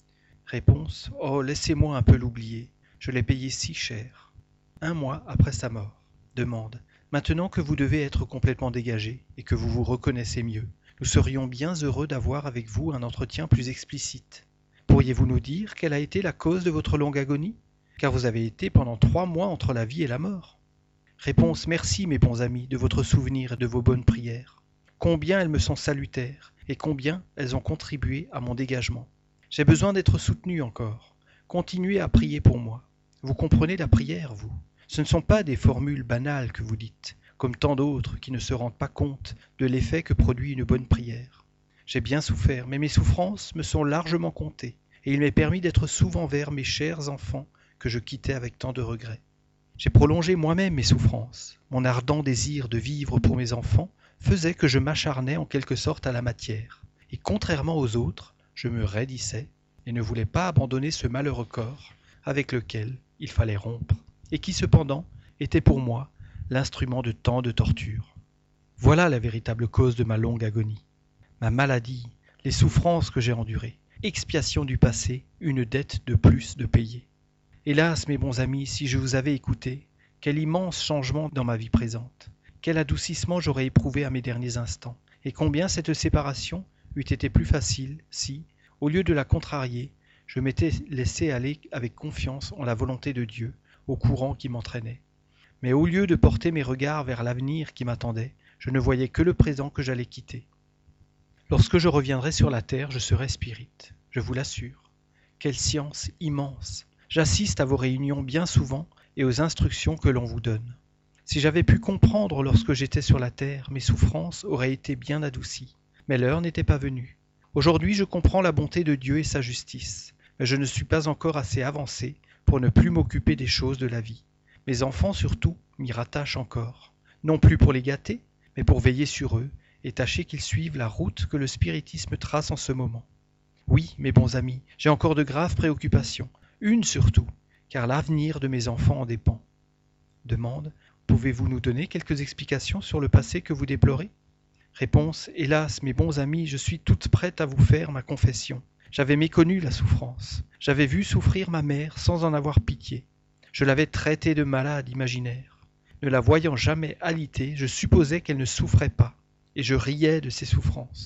Speaker 3: Réponse. Oh, laissez-moi un peu l'oublier, je l'ai payé si cher. 1 mois après sa mort. Demande. Maintenant que vous devez être complètement dégagé et que vous vous reconnaissez mieux, nous serions bien heureux d'avoir avec vous un entretien plus explicite. Pourriez-vous nous dire quelle a été la cause de votre longue agonie? Car vous avez été pendant 3 mois entre la vie et la mort. Réponse. Merci, mes bons amis, de votre souvenir et de vos bonnes prières. Combien elles me sont salutaires et combien elles ont contribué à mon dégagement. J'ai besoin d'être soutenu encore. Continuez à prier pour moi. Vous comprenez la prière, vous? Ce ne sont pas des formules banales que vous dites, comme tant d'autres qui ne se rendent pas compte de l'effet que produit une bonne prière. J'ai bien souffert, mais mes souffrances me sont largement comptées, et il m'est permis d'être souvent vers mes chers enfants que je quittais avec tant de regrets. J'ai prolongé moi-même mes souffrances. Mon ardent désir de vivre pour mes enfants faisait que je m'acharnais en quelque sorte à la matière, et contrairement aux autres, je me raidissais et ne voulais pas abandonner ce malheureux corps avec lequel il fallait rompre, et qui cependant était pour moi l'instrument de tant de tortures. Voilà la véritable cause de ma longue agonie. Ma maladie, les souffrances que j'ai endurées, expiation du passé, une dette de plus de payer. Hélas, mes bons amis, si je vous avais écouté, quel immense changement dans ma vie présente, quel adoucissement j'aurais éprouvé à mes derniers instants, et combien cette séparation eût été plus facile si, au lieu de la contrarier, je m'étais laissé aller avec confiance en la volonté de Dieu, au courant qui m'entraînait. Mais au lieu de porter mes regards vers l'avenir qui m'attendait, je ne voyais que le présent que j'allais quitter. Lorsque je reviendrai sur la terre, je serai spirite, je vous l'assure. Quelle science immense! J'assiste à vos réunions bien souvent et aux instructions que l'on vous donne. Si j'avais pu comprendre lorsque j'étais sur la terre, mes souffrances auraient été bien adoucies. Mais l'heure n'était pas venue. Aujourd'hui, je comprends la bonté de Dieu et sa justice, mais je ne suis pas encore assez avancé pour ne plus m'occuper des choses de la vie. Mes enfants, surtout, m'y rattachent encore, non plus pour les gâter, mais pour veiller sur eux et tâcher qu'ils suivent la route que le spiritisme trace en ce moment. Oui, mes bons amis, j'ai encore de graves préoccupations, une surtout, car l'avenir de mes enfants en dépend. Demande. Pouvez-vous nous donner quelques explications sur le passé que vous déplorez? Réponse. Hélas, mes bons amis, je suis toute prête à vous faire ma confession. J'avais méconnu la souffrance. J'avais vu souffrir ma mère sans en avoir pitié. Je l'avais traitée de malade imaginaire. Ne la voyant jamais alitée, je supposais qu'elle ne souffrait pas, et je riais de ses souffrances.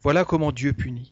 Speaker 3: Voilà comment Dieu punit.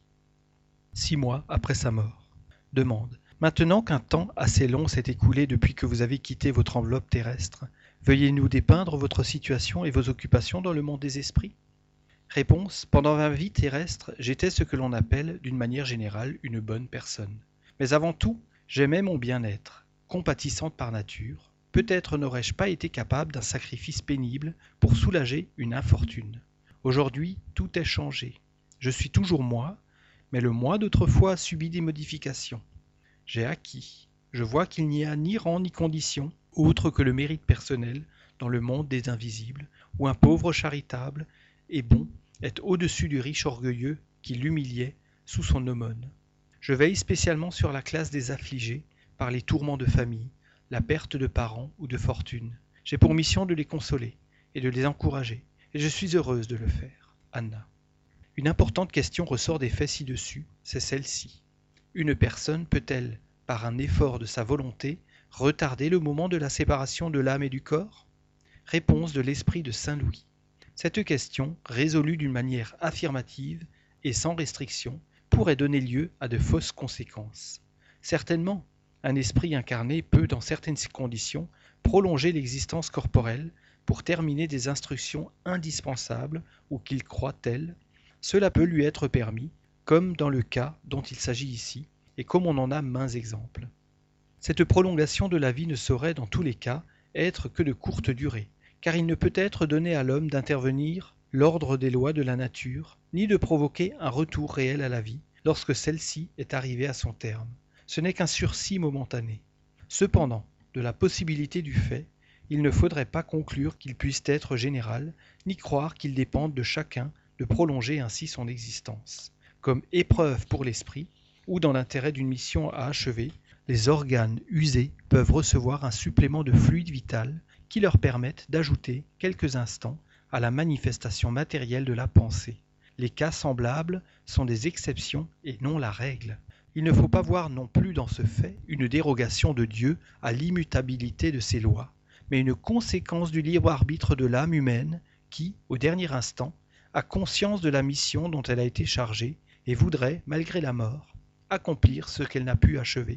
Speaker 3: 6 mois après sa mort. Demande. Maintenant qu'un temps assez long s'est écoulé depuis que vous avez quitté votre enveloppe terrestre, veuillez nous dépeindre votre situation et vos occupations dans le monde des esprits. Réponse. Pendant ma vie terrestre, j'étais ce que l'on appelle, d'une manière générale, une bonne personne. Mais avant tout, j'aimais mon bien-être, compatissante par nature. Peut-être n'aurais-je pas été capable d'un sacrifice pénible pour soulager une infortune. Aujourd'hui, tout est changé. Je suis toujours moi, mais le moi d'autrefois a subi des modifications. J'ai acquis. Je vois qu'il n'y a ni rang ni condition, autre que le mérite personnel, dans le monde des invisibles, où un pauvre charitable et bon est au-dessus du riche orgueilleux qui l'humiliait sous son aumône. Je veille spécialement sur la classe des affligés par les tourments de famille, la perte de parents ou de fortune. J'ai pour mission de les consoler et de les encourager, et je suis heureuse de le faire. Anna. Une importante question ressort des faits ci-dessus, c'est celle-ci. Une personne peut-elle, par un effort de sa volonté, retarder le moment de la séparation de l'âme et du corps? Réponse de l'esprit de Saint Louis. Cette question, résolue d'une manière affirmative et sans restriction, pourrait donner lieu à de fausses conséquences. Certainement, un esprit incarné peut, dans certaines conditions, prolonger l'existence corporelle pour terminer des instructions indispensables ou qu'il croit telles. Cela peut lui être permis, comme dans le cas dont il s'agit ici, et comme on en a maints exemples. Cette prolongation de la vie ne saurait, dans tous les cas, être que de courte durée, car il ne peut être donné à l'homme d'intervenir l'ordre des lois de la nature, ni de provoquer un retour réel à la vie, lorsque celle-ci est arrivée à son terme. Ce n'est qu'un sursis momentané. Cependant, de la possibilité du fait, il ne faudrait pas conclure qu'il puisse être général, ni croire qu'il dépende de chacun de prolonger ainsi son existence. Comme épreuve pour l'esprit, ou dans l'intérêt d'une mission à achever, les organes usés peuvent recevoir un supplément de fluide vital qui leur permette d'ajouter quelques instants à la manifestation matérielle de la pensée. Les cas semblables sont des exceptions et non la règle. Il ne faut pas voir non plus dans ce fait une dérogation de Dieu à l'immutabilité de ses lois, mais une conséquence du libre arbitre de l'âme humaine qui, au dernier instant, a conscience de la mission dont elle a été chargée et voudrait, malgré la mort, accomplir ce qu'elle n'a pu achever.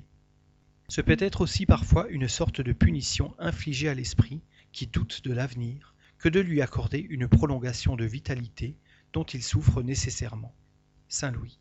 Speaker 3: Ce peut être aussi parfois une sorte de punition infligée à l'esprit qui doute de l'avenir que de lui accorder une prolongation de vitalité dont il souffre nécessairement. Saint Louis.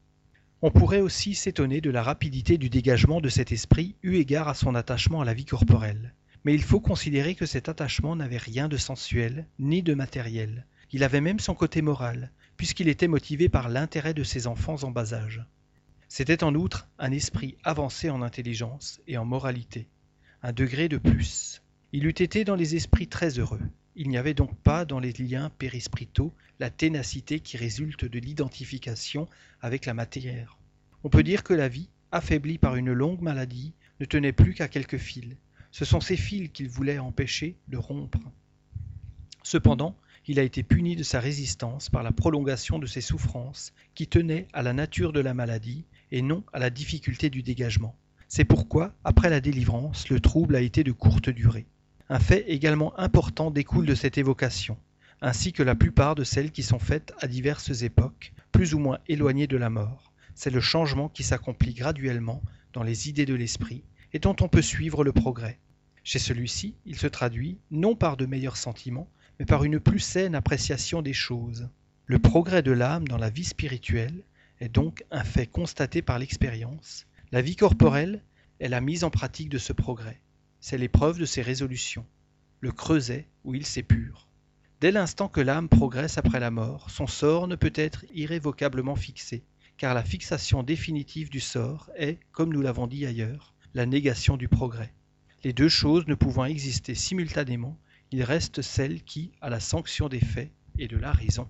Speaker 3: On pourrait aussi s'étonner de la rapidité du dégagement de cet esprit eu égard à son attachement à la vie corporelle. Mais il faut considérer que cet attachement n'avait rien de sensuel ni de matériel. Il avait même son côté moral, puisqu'il était motivé par l'intérêt de ses enfants en bas âge. C'était en outre un esprit avancé en intelligence et en moralité, un degré de plus. Il eût été dans les esprits très heureux. Il n'y avait donc pas dans les liens périspritaux la ténacité qui résulte de l'identification avec la matière. On peut dire que la vie, affaiblie par une longue maladie, ne tenait plus qu'à quelques fils. Ce sont ces fils qu'il voulait empêcher de rompre. Cependant, il a été puni de sa résistance par la prolongation de ses souffrances qui tenaient à la nature de la maladie et non à la difficulté du dégagement. C'est pourquoi, après la délivrance, le trouble a été de courte durée. Un fait également important découle de cette évocation, ainsi que la plupart de celles qui sont faites à diverses époques, plus ou moins éloignées de la mort. C'est le changement qui s'accomplit graduellement dans les idées de l'esprit et dont on peut suivre le progrès. Chez celui-ci, il se traduit non par de meilleurs sentiments, mais par une plus saine appréciation des choses. Le progrès de l'âme dans la vie spirituelle est donc un fait constaté par l'expérience. La vie corporelle est la mise en pratique de ce progrès. C'est l'épreuve de ses résolutions, le creuset où il s'épure. Dès l'instant que l'âme progresse après la mort, son sort ne peut être irrévocablement fixé, car la fixation définitive du sort est, comme nous l'avons dit ailleurs, la négation du progrès. Les deux choses ne pouvant exister simultanément, il reste celle qui, à la sanction des faits, est de la raison.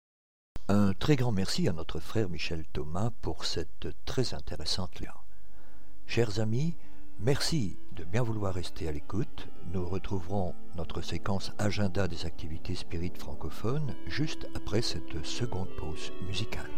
Speaker 1: Un très grand merci à notre frère Michel Thomas pour cette très intéressante léa. Chers amis, merci de bien vouloir rester à l'écoute. Nous retrouverons notre séquence agenda des activités spirites francophones juste après cette seconde pause musicale.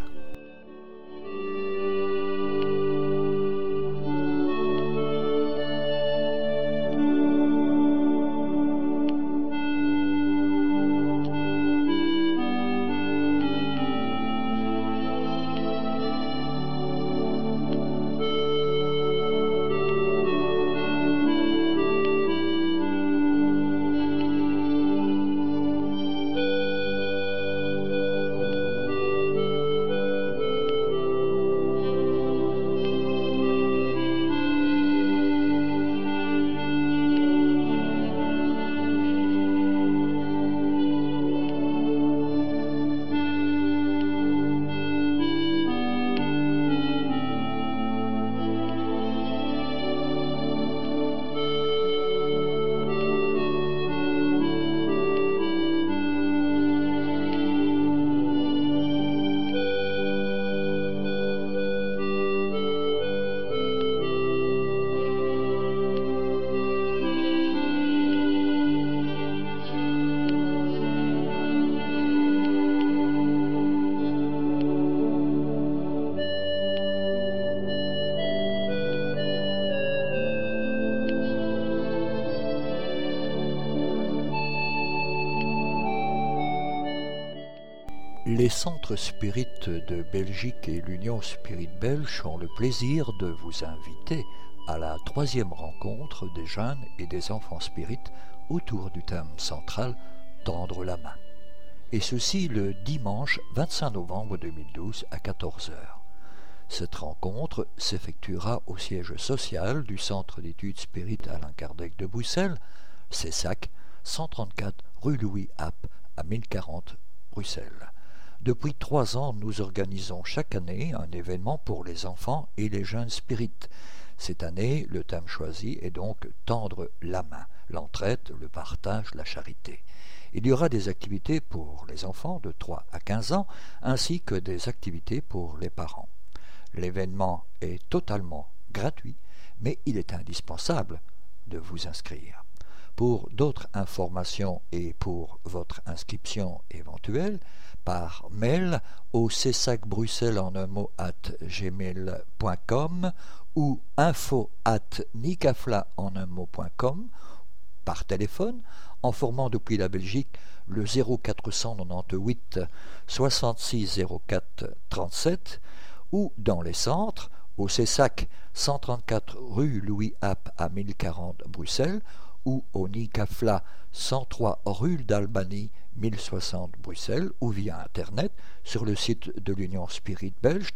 Speaker 1: Les centres spirites de Belgique et l'Union Spirit Belge ont le plaisir de vous inviter à la 3e rencontre des jeunes et des enfants spirites autour du thème central « Tendre la main ». Et ceci le dimanche 25 novembre 2012 à 14h. Cette rencontre s'effectuera au siège social du Centre d'études spirites Alain Kardec de Bruxelles, CESAC, 134 rue Louis App à 1040 Bruxelles. Depuis 3 ans, nous organisons chaque année un événement pour les enfants et les jeunes spirites. Cette année, le thème choisi est donc « Tendre la main », l'entraide, le partage, la charité. Il y aura des activités pour les enfants de 3 à 15 ans, ainsi que des activités pour les parents. L'événement est totalement gratuit, mais il est indispensable de vous inscrire. Pour d'autres informations et pour votre inscription éventuelle, par mail au cesacbruxelles en un mot @gmail.com ou info@nicafla en un mot.com, par téléphone en formant depuis la Belgique le 0498 66 04 37 ou dans les centres au CESAC 134 rue Louis App à 1040 Bruxelles ou au Nicafla 103 rue d'Albanie 1060 Bruxelles ou via internet sur le site de l'Union Spirit Belge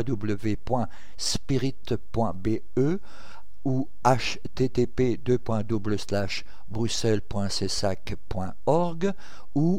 Speaker 1: www.spirit.be ou http://bruxelles.cesac.org ou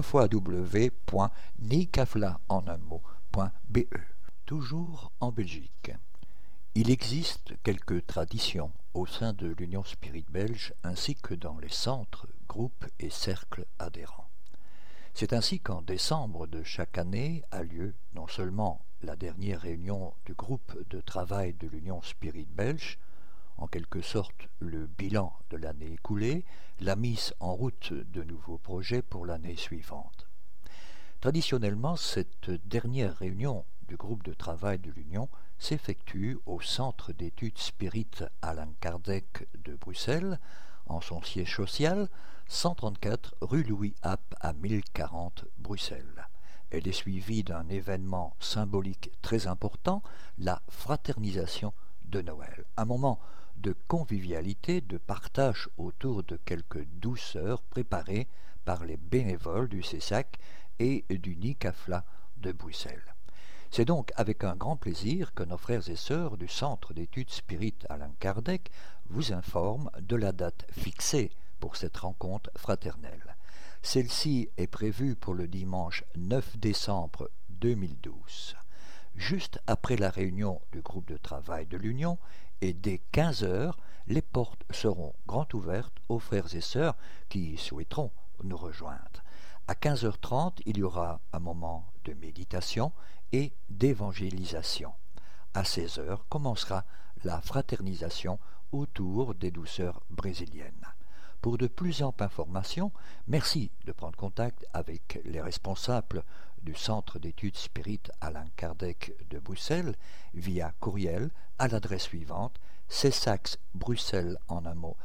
Speaker 1: www.nicafla.be. Toujours en Belgique. Il existe quelques traditions au sein de l'Union Spirit Belge ainsi que dans les centres, groupes et cercles adhérents. C'est ainsi qu'en décembre de chaque année a lieu non seulement la dernière réunion du groupe de travail de l'Union Spirit Belge, en quelque sorte le bilan de l'année écoulée, la mise en route de nouveaux projets pour l'année suivante. Traditionnellement, cette dernière réunion du groupe de travail de l'Union s'effectue au Centre d'études spirites Alain Kardec de Bruxelles, en son siège social, 134 rue Louis App à 1040 Bruxelles. Elle est suivie d'un événement symbolique très important, la fraternisation de Noël, un moment de convivialité, de partage autour de quelques douceurs préparées par les bénévoles du CESAC et du Nicafla de Bruxelles. C'est donc avec un grand plaisir que nos frères et sœurs du Centre d'études spirites Alain Kardec vous informent de la date fixée pour cette rencontre fraternelle. Celle-ci est prévue pour le dimanche 9 décembre 2012. Juste après la réunion du groupe de travail de l'Union et dès 15h, les portes seront grand ouvertes aux frères et sœurs qui souhaiteront nous rejoindre. À 15h30, il y aura un moment de méditation et d'évangélisation. À 16h commencera la fraternisation autour des douceurs brésiliennes. Pour de plus amples informations, merci de prendre contact avec les responsables du Centre d'études spirites Alain Kardec de Bruxelles via courriel à l'adresse suivante cesacbruxelles en un mot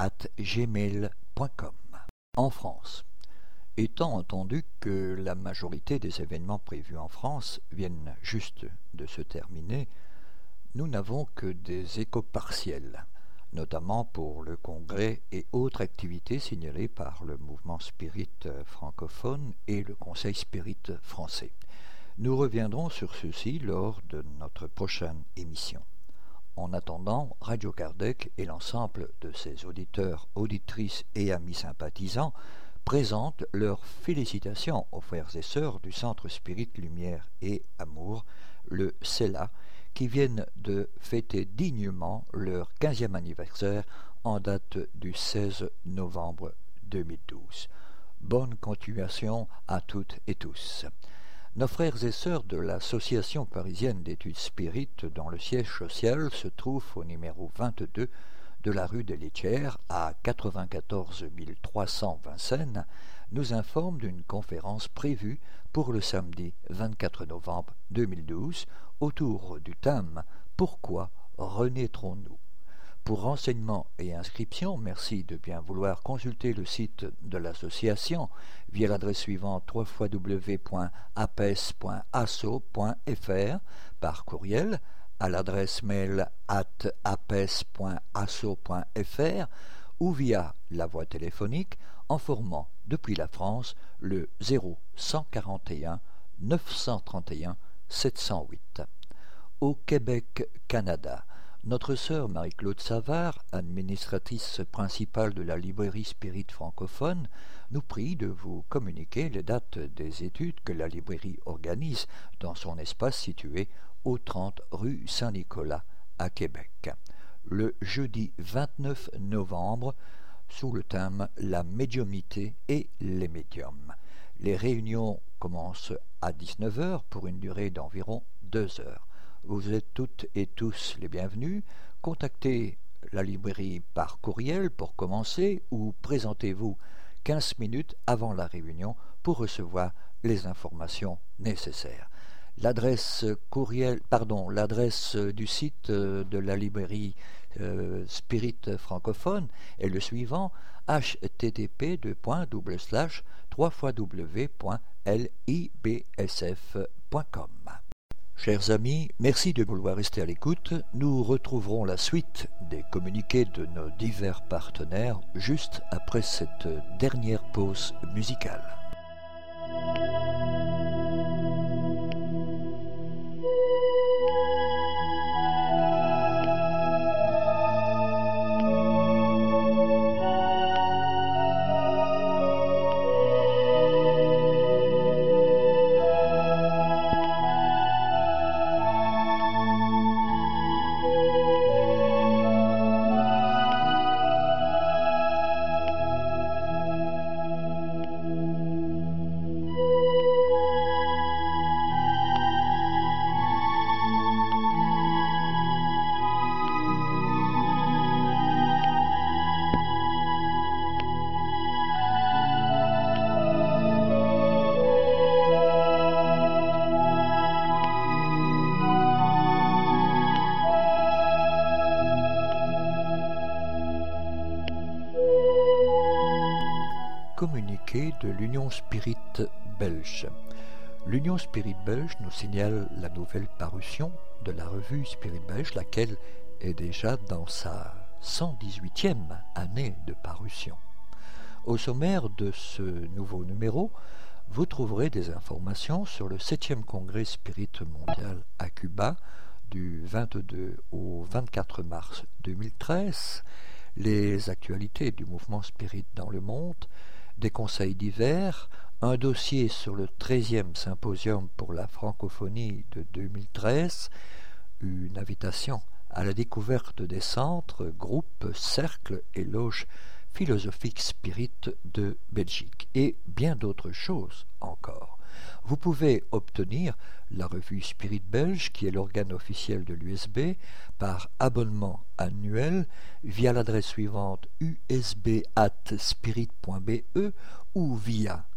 Speaker 1: @gmail.com. En France, étant entendu que la majorité des événements prévus en France viennent juste de se terminer, nous n'avons que des échos partiels, notamment pour le congrès et autres activités signalées par le mouvement spirit francophone et le Conseil spirit français. Nous reviendrons sur ceci lors de notre prochaine émission. En attendant, Radio Kardec et l'ensemble de ses auditeurs, auditrices et amis sympathisants présentent leurs félicitations aux frères et sœurs du Centre Spirit Lumière et Amour, le CELA, qui viennent de fêter dignement leur 15e anniversaire en date du 16 novembre 2012. Bonne continuation à toutes et tous. Nos frères et sœurs de l'Association parisienne d'études spirites, dont le siège social se trouve au numéro 22 de la rue des Laitières à 94 300 Vincennes, nous informent d'une conférence prévue pour le samedi 24 novembre 2012 autour du thème « Pourquoi renaîtrons-nous ?» Pour renseignements et inscriptions, merci de bien vouloir consulter le site de l'association via l'adresse suivante www.apes.asso.fr par courriel à l'adresse mail apes.asso.fr ou via la voie téléphonique en formant depuis la France le 0141 931 708. Au Québec, Canada, notre sœur Marie-Claude Savard, administratrice principale de la librairie Spirit francophone, nous prie de vous communiquer les dates des études que la librairie organise dans son espace situé au 30 rue Saint-Nicolas à Québec. Le jeudi 29 novembre, sous le thème « La médiumnité et les médiums ». Les réunions commencent à 19h pour une durée d'environ 2 heures. Vous êtes toutes et tous les bienvenus. Contactez la librairie par courriel pour commencer ou présentez-vous 15 minutes avant la réunion pour recevoir les informations nécessaires. L'adresse du site de la librairie Spirit francophone est le suivant: http://www.libsf.com. Chers amis, merci de vouloir rester à l'écoute. Nous retrouverons la suite des communiqués de nos divers partenaires juste après cette dernière pause musicale. Communiqué de l'Union Spirit belge. L'Union Spirit belge nous signale la nouvelle parution de la revue Spirit belge, laquelle est déjà dans sa 118e année de parution. Au sommaire de ce nouveau numéro, vous trouverez des informations sur le 7e congrès Spirit mondial à Cuba du 22 au 24 mars 2013, les actualités du mouvement Spirit dans le monde, des conseils divers, un dossier sur le 13e symposium pour la francophonie de 2013, une invitation à la découverte des centres, groupes, cercles et loges philosophiques Spirit de Belgique et bien d'autres choses encore. Vous pouvez obtenir la revue Spirit belge, qui est l'organe officiel de l'USB, par abonnement annuel via l'adresse suivante usb@spirit.be ou via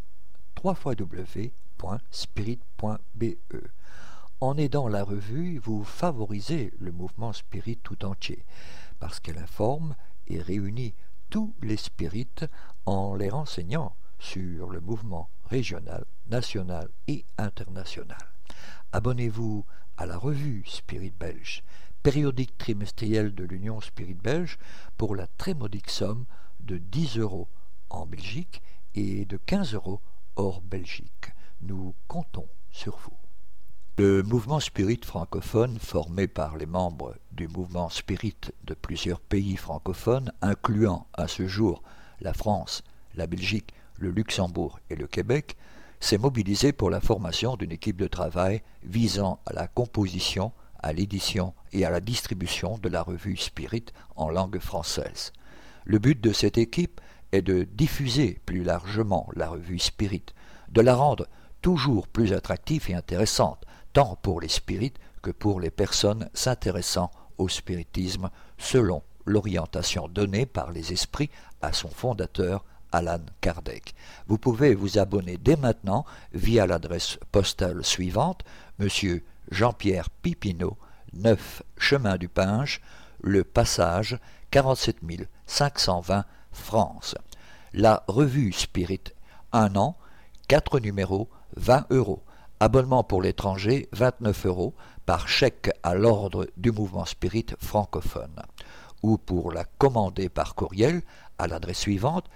Speaker 1: www.spirit.be. En aidant la revue, vous favorisez le mouvement Spirit tout entier, parce qu'elle informe et réunit tous les spirites en les renseignant sur le mouvement régional, national et international. Abonnez-vous à la revue Spirit belge, périodique trimestriel de l'Union Spirit belge, pour la très modique somme de 10 € en Belgique et de 15 € hors Belgique. Nous comptons sur vous. Le mouvement Spirit francophone, formé par les membres du mouvement Spirit de plusieurs pays francophones, incluant à ce jour la France, la Belgique, le Luxembourg et le Québec, s'est mobilisé pour la formation d'une équipe de travail visant à la composition, à l'édition et à la distribution de la revue Spirit en langue française. Le but de cette équipe est de diffuser plus largement la revue Spirit, de la rendre toujours plus attractive et intéressante, tant pour les spirites que pour les personnes s'intéressant au spiritisme, selon l'orientation donnée par les esprits à son fondateur, Allan Kardec. Vous pouvez vous abonner dès maintenant via l'adresse postale suivante: Monsieur Jean-Pierre Pipineau, 9 Chemin du Pinge, Le Passage, 47 520 France. La revue Spirit, 1 an, 4 numéros, 20 €. Abonnement pour l'étranger, 29 € par chèque à l'ordre du mouvement Spirit francophone. Ou pour la commander par courriel à l'adresse suivante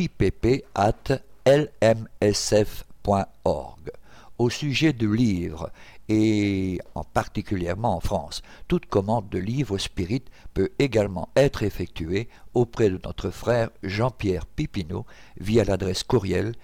Speaker 1: jpp@lmsf.org. Au sujet de livres, et en particulièrement en France, toute commande de livre Spirit peut également être effectuée auprès de notre frère Jean-Pierre Pipineau via l'adresse courriel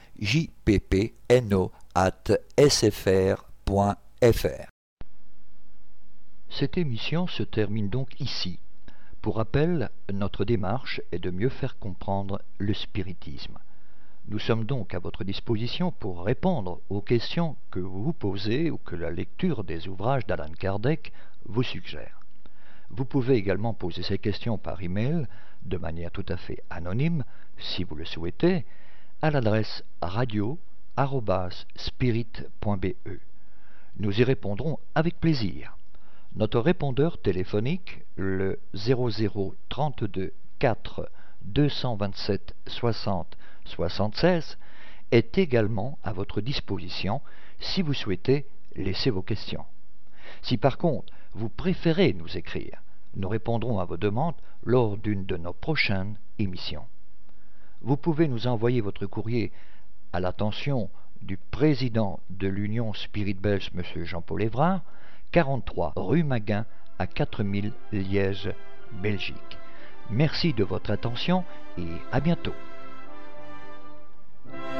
Speaker 1: jppno@sfr.fr. Cette émission se termine donc ici. Pour rappel, notre démarche est de mieux faire comprendre le spiritisme. Nous sommes donc à votre disposition pour répondre aux questions que vous vous posez ou que la lecture des ouvrages d'Allan Kardec vous suggère. Vous pouvez également poser ces questions par email, de manière tout à fait anonyme, si vous le souhaitez, à l'adresse radio@spirit.be. Nous y répondrons avec plaisir. Notre répondeur téléphonique, le 00 32 4 227 60 76, est également à votre disposition si vous souhaitez laisser vos questions. Si par contre vous préférez nous écrire, nous répondrons à vos demandes lors d'une de nos prochaines émissions. Vous pouvez nous envoyer votre courrier à l'attention du président de l'Union Spirit Belge, M. Jean-Paul Évrard, 43 rue Maguin à 4000 Liège, Belgique. Merci de votre attention et à bientôt.